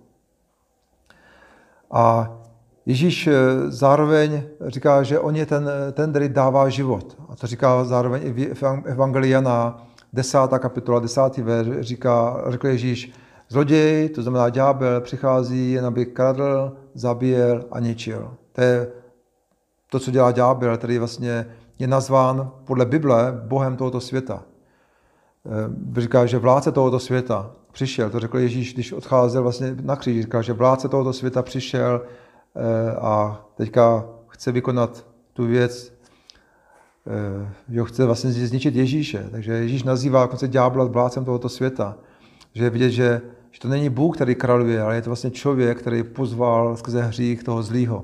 A Ježíš zároveň říká, že on je ten, který dává život. A to říká zároveň i v Evangelii Jana, 10. kapitola, 10. verš, řekl Ježíš, zloděj, to znamená ďábel, přichází jen aby kradl, zabíjel a ničil. To je to, co dělá ďábel, který vlastně je nazván podle Bible Bohem tohoto světa. Říká, že vládce tohoto světa přišel, to řekl Ježíš, když odcházel vlastně na kříž, říká, že vládce tohoto světa přišel a teďka chce vykonat tu věc, že chce vlastně zničit Ježíše. Takže Ježíš nazývá konce ďábla vládcem tohoto světa. Že je vidět, že to není Bůh, který králuje, ale je to vlastně člověk, který pozval skrze hřích toho zlýho.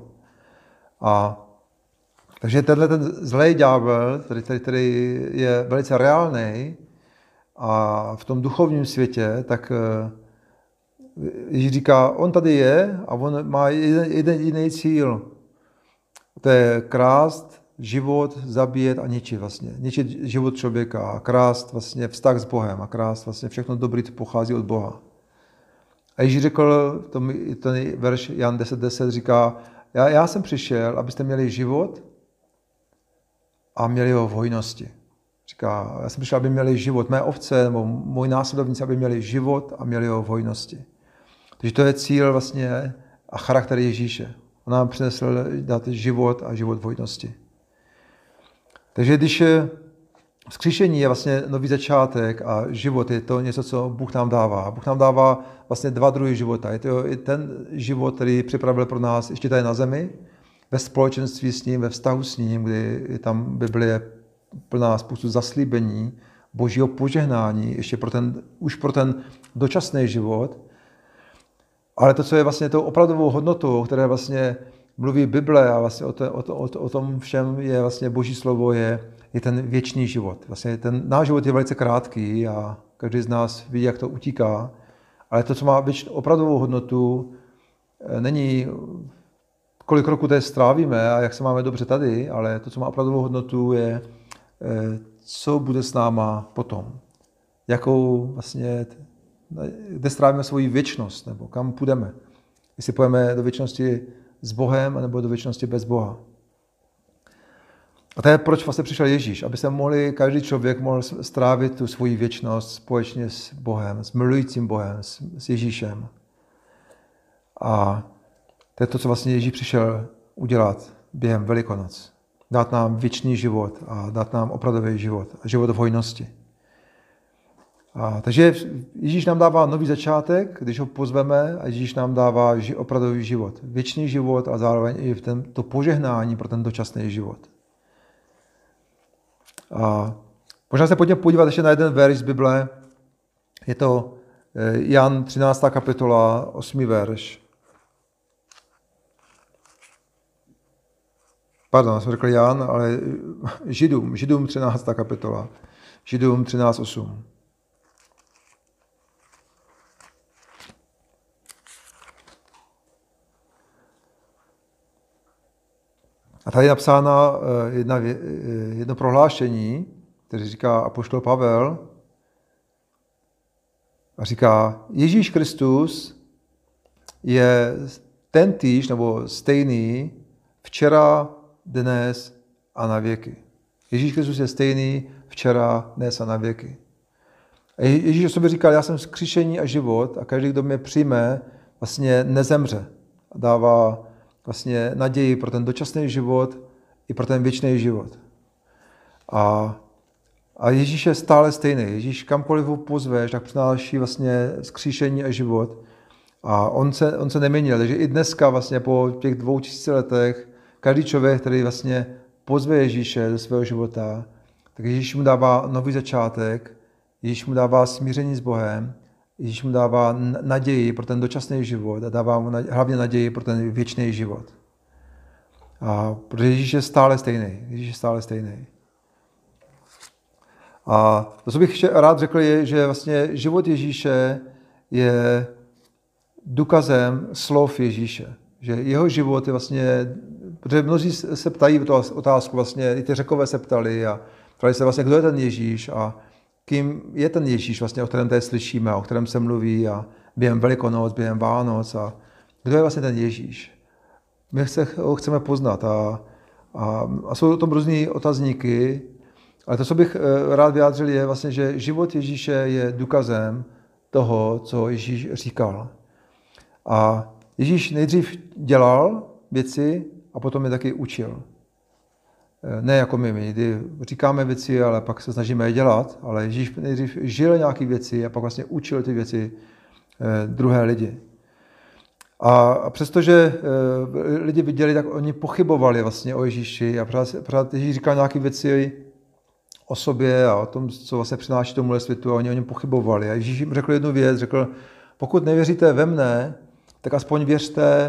Takže tenhle ten zlej ďábel, který je velice reálný a v tom duchovním světě, tak Ježíš říká, on tady je a on má jeden jiný cíl. To je krást život, zabíjet a ničit vlastně. Ničit život člověka a krást vlastně vztah s Bohem a krást vlastně všechno dobré, co pochází od Boha. A Ježíš řekl, ten verš Jan 10.10 říká, já jsem přišel, abyste měli život a měli ho v hojnosti. Říká, já jsem přišel, aby měli život, mé ovce nebo moji následovníci, aby měli život a měli ho v hojnosti. Takže to je cíl vlastně a charakter Ježíše. On nám přinesl dát život a život v hojnosti. Takže když vzkříšení je vlastně nový začátek a život je to něco, co Bůh nám dává. Bůh nám dává vlastně dva druhy života. Je to i ten život, který připravil pro nás ještě tady na zemi, ve společenství s ním, ve vztahu s ním, kdy je tam Biblie plná spoustu zaslíbení, božího požehnání, ještě už pro ten dočasný život. Ale to, co je vlastně tou opravdovou hodnotou, o které vlastně mluví Bible a vlastně o tom všem je vlastně boží slovo, je ten věčný život. Vlastně ten náš život je velice krátký a každý z nás ví, jak to utíká. Ale to, co má opravdovou hodnotu, není kolik roku tady strávíme a jak se máme dobře tady, ale to, co má opravdovou hodnotu, je, co bude s náma potom. Jakou vlastně, kde strávíme svoji věčnost, nebo kam půjdeme. Jestli půjdeme do věčnosti s Bohem, nebo do věčnosti bez Boha. A to je, proč vlastně přišel Ježíš, aby se každý člověk mohl strávit tu svoji věčnost společně s Bohem, s milujícím Bohem, s Ježíšem. A to je to, co vlastně Ježíš přišel udělat během Velikonoc. Dát nám věčný život a dát nám opravdový život a život v hojnosti. Takže Ježíš nám dává nový začátek, když ho pozveme, a Ježíš nám dává opravdový život. Věčný život a zároveň i to požehnání pro ten dočasný život. A možná se pojďme podívat ještě na jeden verš z Bible. Je to Jan 13. kapitola, 8. verš. Pardon, jsem řekl Jan, ale Židům 13. kapitola. Židům 13.8. A tady je napsána jedno prohlášení, které říká apoštol Pavel. A říká, Ježíš Kristus je tentýž nebo stejný včera, dnes a na věky. Ježíš Kristus je stejný včera, dnes a na věky. A Ježíš o sobě říkal, já jsem vzkříšení a život a každý, kdo mě přijme, vlastně nezemře. Dává vlastně naději pro ten dočasný život i pro ten věčný život. A Ježíš je stále stejný. Ježíš kamkoliv ho pozveš, tak přináší vlastně vzkříšení a život. A on se neměnil. Takže i dneska vlastně po těch 2000 letech každý člověk, který vlastně pozve Ježíše do svého života, tak Ježíš mu dává nový začátek, Ježíš mu dává smíření s Bohem, Ježíš mu dává naději pro ten dočasný život a dává mu hlavně naději pro ten věčný život. Protože Ježíš je stále stejný. Ježíš je stále stejný. A to, co bych ještě rád řekl, je, že vlastně život Ježíše je důkazem slov Ježíše. Že jeho život je vlastně, protože mnozí se ptají tu otázku, vlastně i ty Řekové se ptali a ptali se vlastně, kdo je ten Ježíš a kým je ten Ježíš, vlastně, o kterém tady slyšíme, o kterém se mluví a během Velikonoc, během Vánoc a kdo je vlastně ten Ježíš. My ho chceme poznat a jsou o tom různý otazníky, ale to, co bych rád vyjádřil, je vlastně, že život Ježíše je důkazem toho, co Ježíš říkal. A Ježíš nejdřív dělal věci a potom je taky učil. Ne jako my, kdy říkáme věci, ale pak se snažíme je dělat, ale Ježíš nejdřív žil nějaké věci a pak vlastně učil ty věci druhé lidi. A přestože lidi viděli, tak oni pochybovali vlastně o Ježíši a pořád Ježíš říkal nějaké věci o sobě a o tom, co vlastně přináší tomuhle světu a oni o něm pochybovali. A Ježíš jim řekl jednu věc, řekl, pokud nevěříte ve mne, tak aspoň věřte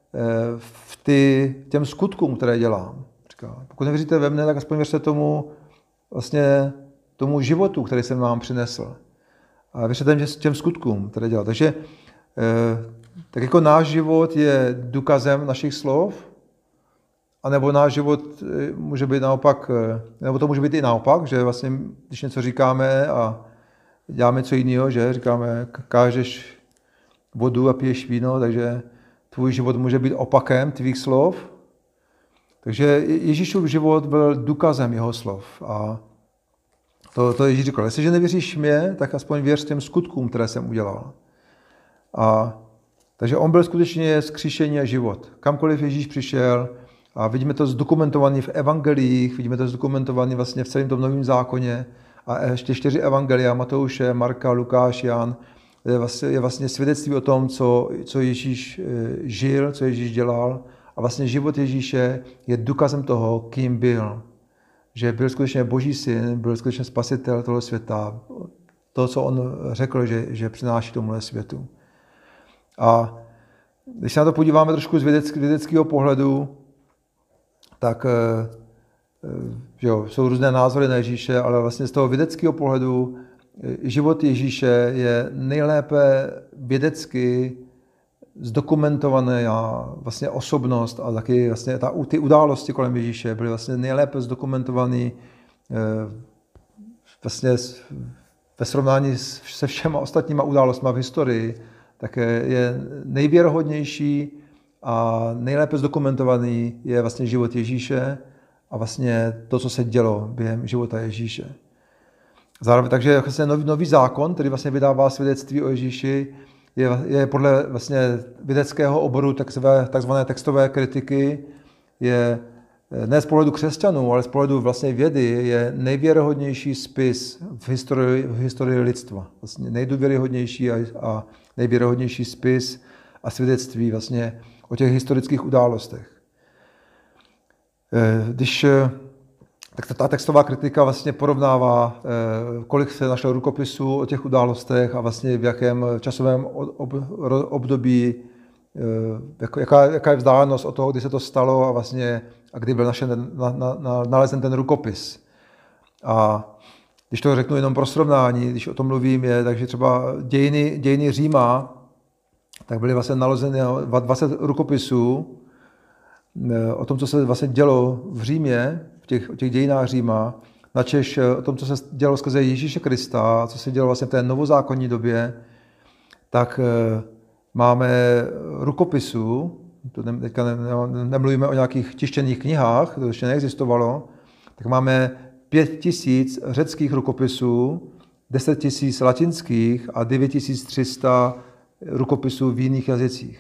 těm skutkům, které dělám. Říká, pokud nevěříte ve mne, tak aspoň věřte tomu životu, který jsem vám přinesl. A věřte těm skutkům, které dělám. Takže tak jako náš život je důkazem našich slov, anebo náš život může být naopak, nebo to může být i naopak, že vlastně, když něco říkáme a děláme něco jiného, že říkáme, kážeš vodu a piješ víno, takže tvůj život může být opakem tvých slov. Takže Ježíšův život byl důkazem jeho slov. A to Ježíš říkal, jestliže nevěříš mě, tak aspoň věř těm skutkům, které jsem udělal. A Takže on byl skutečně vzkříšení a život. Kamkoliv Ježíš přišel, a vidíme to zdokumentované v evangelích, vidíme to zdokumentované vlastně v celém tom Novém zákoně, a ještě 4 evangelia, Matouše, Marka, Lukáš, Jan, je vlastně svědectví o tom, co Ježíš žil, co Ježíš dělal. A vlastně život Ježíše je důkazem toho, kým byl. Že byl skutečně Boží syn, byl skutečně spasitel tohoto světa. To, co on řekl, že přináší tomuhle světu. A když se na to podíváme trošku z vědeckého pohledu, tak jsou různé názory na Ježíše, ale vlastně z toho vědeckého pohledu život Ježíše je nejlépe vědecky zdokumentovaná vlastně osobnost a taky vlastně ty události kolem Ježíše byly vlastně nejlépe zdokumentované vlastně ve srovnání se všema ostatníma událostmi v historii, tak je nejvěrohodnější a nejlépe zdokumentovaný je vlastně život Ježíše a vlastně to, co se dělo během života Ježíše. Zároveň, takže vlastně nový zákon, který vlastně vydává svědectví o Ježíši, je podle vlastně vědeckého oboru takzvané textové kritiky, je ne z pohledu křesťanů, ale z pohledu vlastně vědy, je nejvěrohodnější spis v historii lidstva. Vlastně nejdůvěryhodnější a nejvěrohodnější spis a svědectví vlastně o těch historických událostech. Tak ta textová kritika vlastně porovnává, kolik se našlo rukopisů o těch událostech a vlastně v jakém časovém období, jaká je vzdálenost od toho, kdy se to stalo a kdy byl nalezen ten rukopis. A když to řeknu jenom pro srovnání, když o tom mluvím, takže třeba dějiny Říma, tak byly vlastně nalezeny 20 rukopisů o tom, co se vlastně dělo v Římě, v těch dějinách Říma, načež o tom, co se dělo skrze Ježíše Krista, co se dělo vlastně v té novozákonní době, tak máme rukopisů, to teďka nemluvíme o nějakých tištěných knihách, to ještě neexistovalo, tak máme 5000 řeckých rukopisů, 10 000 latinských a 9300 rukopisů v jiných jazycích.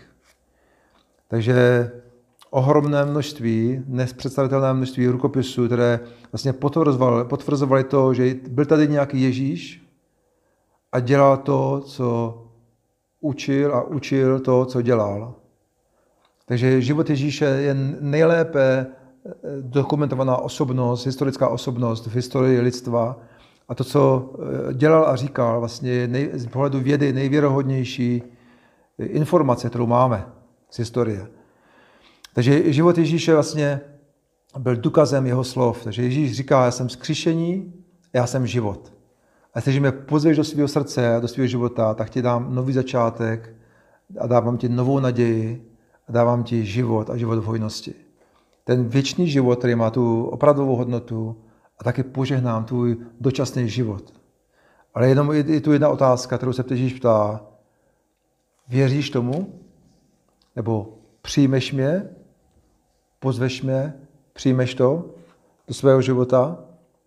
Takže ohromné množství, nepředstavitelné množství rukopisů, které vlastně potvrzovaly to, že byl tady nějaký Ježíš a dělal to, co učil a učil to, co dělal. Takže život Ježíše je nejlépe dokumentovaná osobnost, historická osobnost v historii lidstva a to, co dělal a říkal, vlastně je z pohledu vědy nejvěrohodnější informace, kterou máme z historie. Takže život Ježíše vlastně byl důkazem jeho slov. Takže Ježíš říká, já jsem vzkříšení, já jsem život. A jestliže mě pozveš do svého srdce, do svého života, tak ti dám nový začátek a dávám ti novou naději a dávám ti život a život v hojnosti. Ten věčný život, který má tu opravdovou hodnotu a taky požehnám tvůj dočasný život. Ale jenom je tu jedna otázka, kterou se Ježíš ptá. Věříš tomu? Nebo přijmeš mě? Pozveš mě? Přijmeš to do svého života?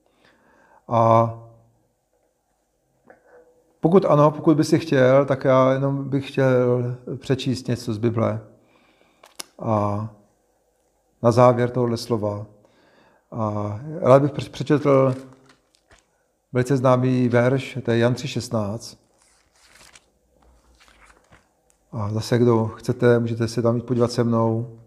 A pokud ano, pokud by si chtěl, tak já jenom bych chtěl přečíst něco z Bible. A na závěr tohohle slova. A rád bych přečetl velice známý verš, to je Jan 3,16. A zase, kdo chcete, můžete se tam jít podívat se mnou.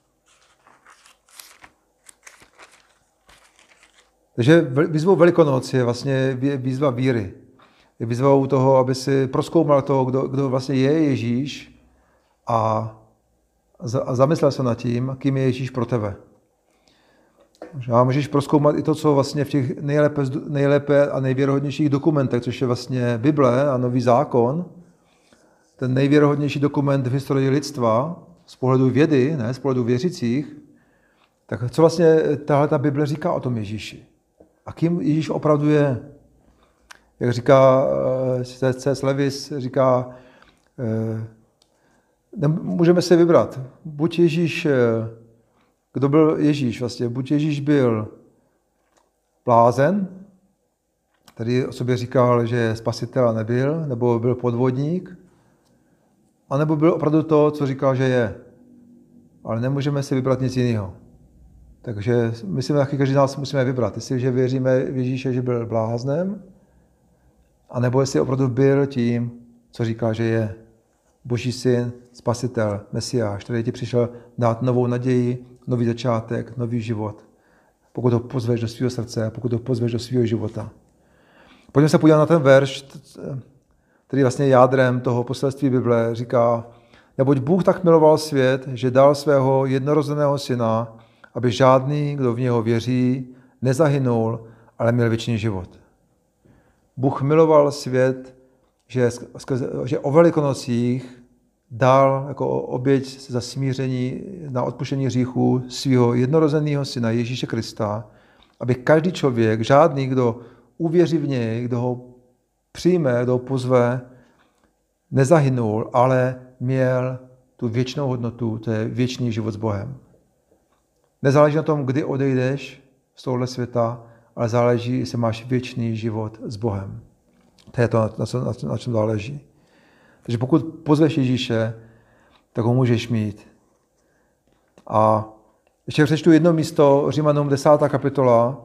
Takže výzvou Velikonoc je vlastně výzva víry. Je výzvou toho, aby si prozkoumal to, kdo vlastně je Ježíš a zamyslel se nad tím, kým je Ježíš pro tebe. A můžeš prozkoumat i to, co vlastně v těch nejlépe a nejvěrohodnějších dokumentech, což je vlastně Bible a Nový zákon, ten nejvěrohodnější dokument v historii lidstva, z pohledu vědy, ne z pohledu věřících, tak co vlastně tahleta Bible říká o tom Ježíši? A kým Ježíš opravdu je? Jak říká C.S. Lewis, říká, můžeme si vybrat. Buď Ježíš, kdo byl Ježíš vlastně? Buď Ježíš byl blázen, který o sobě říkal, že spasitel nebyl, nebo byl podvodník, anebo byl opravdu to, co říkal, že je. Ale nemůžeme si vybrat nic jiného. Takže myslím, že každý z nás musíme vybrat. Jestli věříme v Ježíše, že byl bláznem, anebo jestli opravdu byl tím, co říká, že je. Boží syn, spasitel, Mesiáš, který ti přišel dát novou naději, nový začátek, nový život. Pokud ho pozveš do svého srdce, pokud ho pozveš do svého života. Pojďme se podívat na ten verš, který vlastně jádrem toho poselství Bible říká: neboť Bůh tak miloval svět, že dal svého jednorozeného syna, aby žádný, kdo v něho věří, nezahynul, ale měl věčný život. Bůh miloval svět, že o Velikonocích dal jako oběť za smíření na odpuštění hříchů svého jednorozeného syna Ježíše Krista, aby každý člověk, žádný, kdo uvěří v něj, kdo ho přijme, kdo ho pozve, nezahynul, ale měl tu věčnou hodnotu, to je věčný život s Bohem. Nezáleží na tom, kdy odejdeš z tohohle světa, ale záleží, jestli máš věčný život s Bohem. To je to, na čem záleží. Takže pokud pozveš Ježíše, tak ho můžeš mít. A ještě přečtu jedno místo, Římanům 10. kapitola.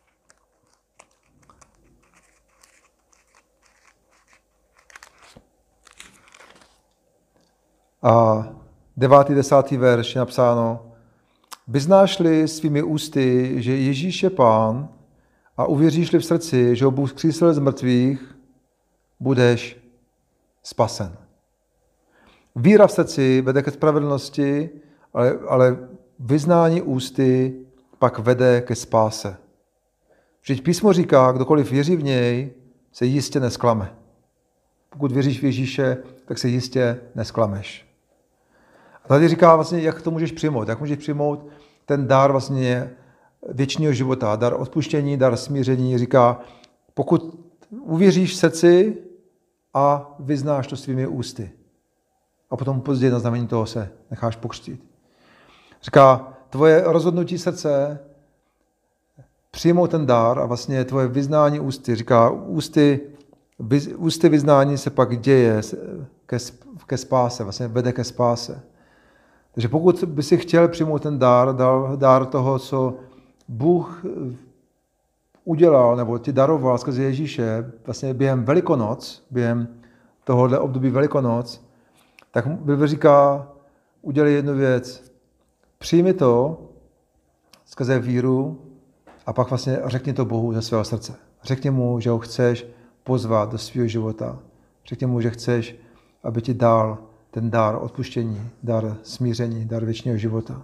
A 9. 10. verš je napsáno: vyznáš-li svými ústy, že Ježíš je Pán, a uvěříš-li v srdci, že ho Bůh vzkřísil z mrtvých, budeš spasen. Víra v srdci vede ke spravedlnosti, ale vyznání ústy pak vede ke spáse. Vždyť písmo říká, kdokoliv věří v něj, se jistě nesklame. Pokud věříš v Ježíše, tak se jistě nesklameš. A tady říká vlastně, jak to můžeš přijmout. Jak můžeš přijmout ten dar vlastně věčného života, dar odpuštění, dar smíření. Říká, pokud uvěříš v srdci a vyznáš to svými ústy. A potom později na znamení toho se necháš pokřtít. Říká, tvoje rozhodnutí srdce přijmout ten dar a vlastně tvoje vyznání ústy. Říká, ústy vyznání se pak děje ke spáse, vlastně vede ke spáse. Takže pokud by si chtěl přijmout ten dar toho, co Bůh udělal nebo ti daroval skrze Ježíše vlastně během Velikonoc, během tohohle období Velikonoc, tak Bible říká, udělej jednu věc. Přijmi to skrze víru a pak vlastně řekni to Bohu ze svého srdce. Řekni mu, že ho chceš pozvat do svého života. Řekni mu, že chceš, aby ti dal ten dar odpuštění, dar smíření, dar věčného života.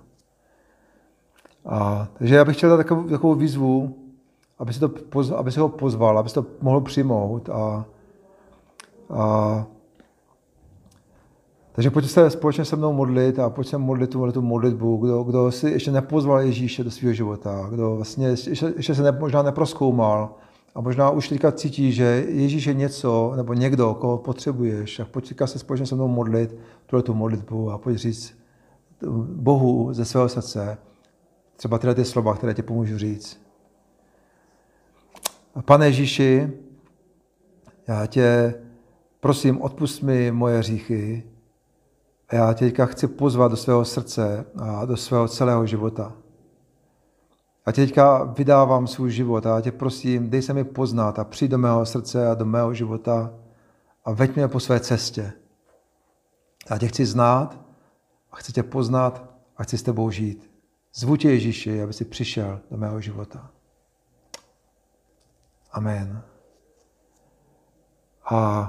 Takže já bych chtěl dát takovou výzvu, aby si ho pozval, aby si to mohl přijmout. Takže pojďte se společně se mnou modlit a pojďte se modlit tu modlitbu, kdo si ještě nepozval Ježíše do svého života, kdo vlastně ještě se možná neprozkoumal a možná už teďka cítí, že Ježíš je něco nebo někdo, koho potřebuješ. A pojďte se společně se mnou modlit tu modlitbu a pojď říct Bohu ze svého srdce třeba tyhle ty slova, které ti pomůžu říct. Pane Ježíši, já tě prosím, odpusť mi moje hříchy a já tě teďka chci pozvat do svého srdce a do svého celého života. Já tě teďka vydávám svůj život a já tě prosím, dej se mi poznat a přijď do mého srdce a do mého života a veď mě po své cestě. Já tě chci znát a chci tě poznat a chci s tebou žít. Zvu tě Ježíši, aby si přišel do mého života. Amen. A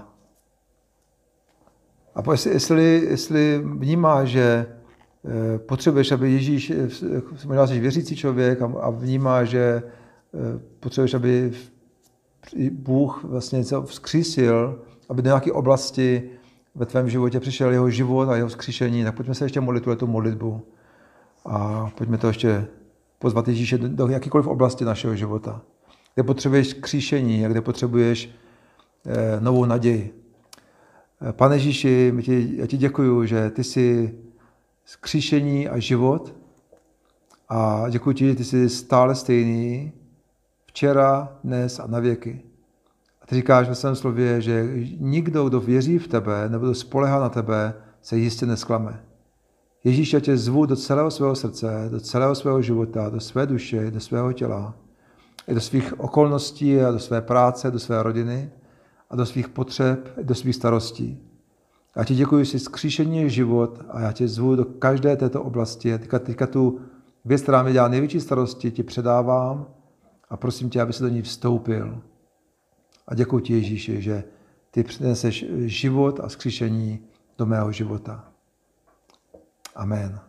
jestli vnímáš, že potřebuješ, aby Ježíš, možná jsi věřící člověk a vnímáš, že potřebuješ, aby Bůh vlastně něco vzkřísil, aby do nějaké oblasti ve tvém životě přišel jeho život a jeho vzkříšení, tak pojďme se ještě modlit tu modlitbu. A pojďme to ještě pozvat Ježíše do jakékoliv oblasti našeho života. Kde potřebuješ kříšení a kde potřebuješ novou naději. Pane Ježíši, já ti děkuju, že ty jsi vzkříšení a život a děkuji ti, že ty jsi stále stejný včera, dnes a na věky. A ty říkáš ve svém slově, že nikdo, kdo věří v tebe nebo kdo spolehá na tebe, se jistě nesklame. Ježíš, já tě zvu do celého svého srdce, do celého svého života, do své duše, do svého těla, i do svých okolností a do své práce, do své rodiny a do svých potřeb, do svých starostí. Já ti děkuji, že jsi zkříšení život a já tě zvu do každé této oblasti. Teďka tu věc, která mi dělá největší starosti, ti předávám a prosím tě, aby se do ní vstoupil. A děkuji ti, Ježíši, že ty přineseš život a zkříšení do mého života. Amen.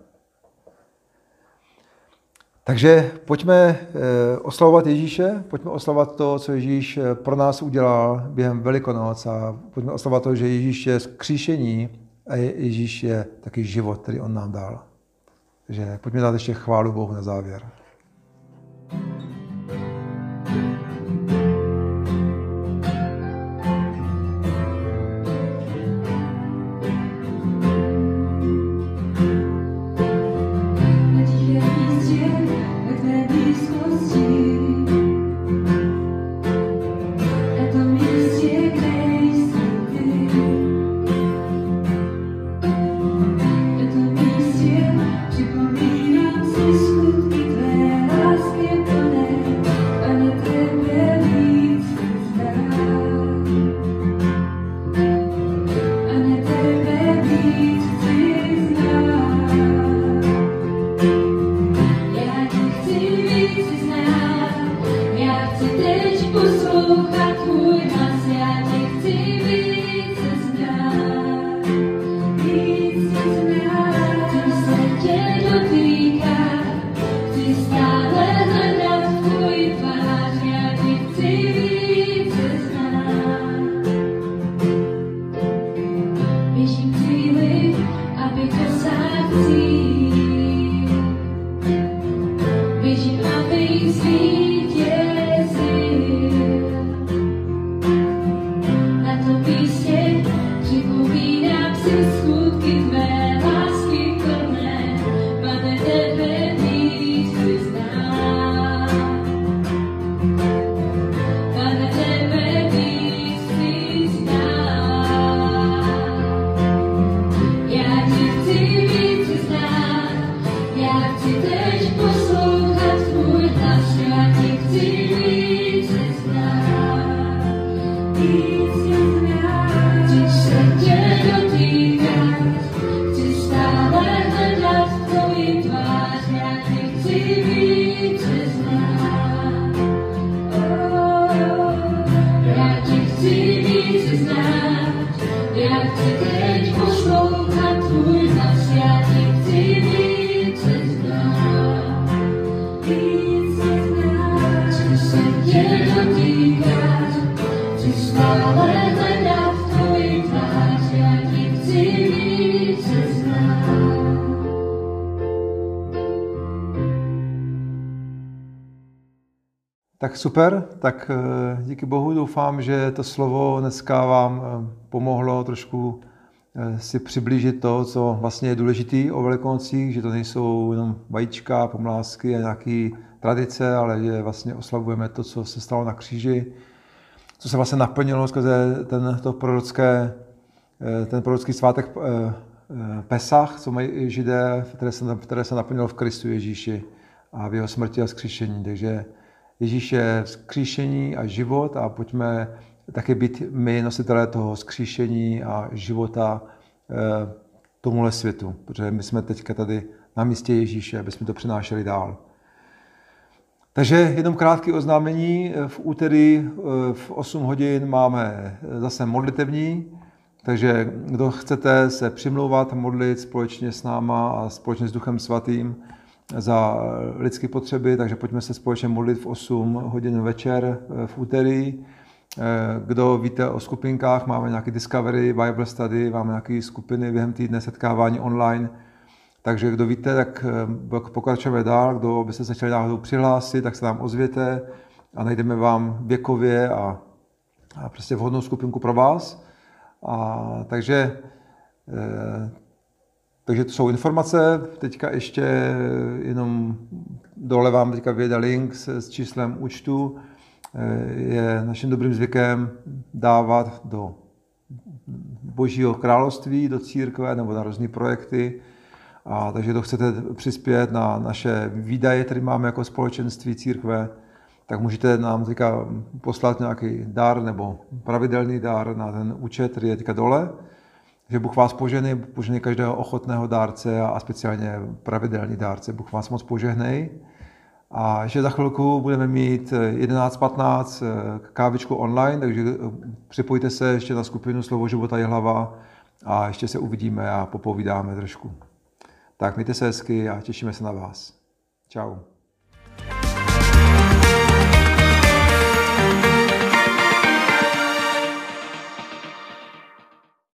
Takže pojďme oslavovat Ježíše, pojďme oslavovat to, co Ježíš pro nás udělal během Velikonoc a pojďme oslavovat to, že Ježíš je zkříšení a Ježíš je taky život, který on nám dal. Takže pojďme dát ještě chválu Bohu na závěr. Tak super, tak díky Bohu doufám, že to slovo dneska vám pomohlo trošku si přiblížit to, co vlastně je důležité o Velikonocích, že to nejsou jenom vajíčka, pomlásky a nějaké tradice, ale že vlastně oslavujeme to, co se stalo na kříži, co se vlastně naplnilo skrze ten prorocký svátek Pesach, co mají Židé, které se naplnilo v Kristu Ježíši a v jeho smrti a vzkříšení. Takže Ježíš je vzkříšení a život a pojďme taky být my nositelé toho vzkříšení a života tomuhle světu, protože my jsme teďka tady na místě Ježíše, aby jsme to přinášeli dál. Takže jenom krátké oznámení. V úterý v 8 hodin máme zase modlitevní, takže kdo chcete se přimlouvat, modlit společně s náma a společně s Duchem Svatým za lidské potřeby, takže pojďme se společně modlit v 8 hodin večer v úterý. Kdo víte o skupinkách, máme nějaké Discovery, Bible Study, máme nějaké skupiny během týdne, setkávání online. Takže kdo víte, tak pokračujeme dál. Kdo byste se chtěli náhodou přihlásit, tak se nám ozvěte a najdeme vám věkově a prostě vhodnou skupinku pro vás. Takže to jsou informace. Teďka ještě jenom dole vám teďka vyjede link s číslem účtu. Je naším dobrým zvykem dávat do Božího království do církve nebo na různé projekty. A takže to chcete přispět na naše výdaje, které máme jako společenství církve, tak můžete nám teďka poslat nějaký dar nebo pravidelný dar na ten účet, který je teďka dole. Že Bůh vás požehnej každého ochotného dárce a speciálně pravidelný dárce. Bůh vás moc požehnej. A ještě za chvilku budeme mít 11:15 kávičku online, takže připojte se ještě na skupinu Slovo života Jihlava a ještě se uvidíme a popovídáme trošku. Tak mějte se hezky a těšíme se na vás. Čau.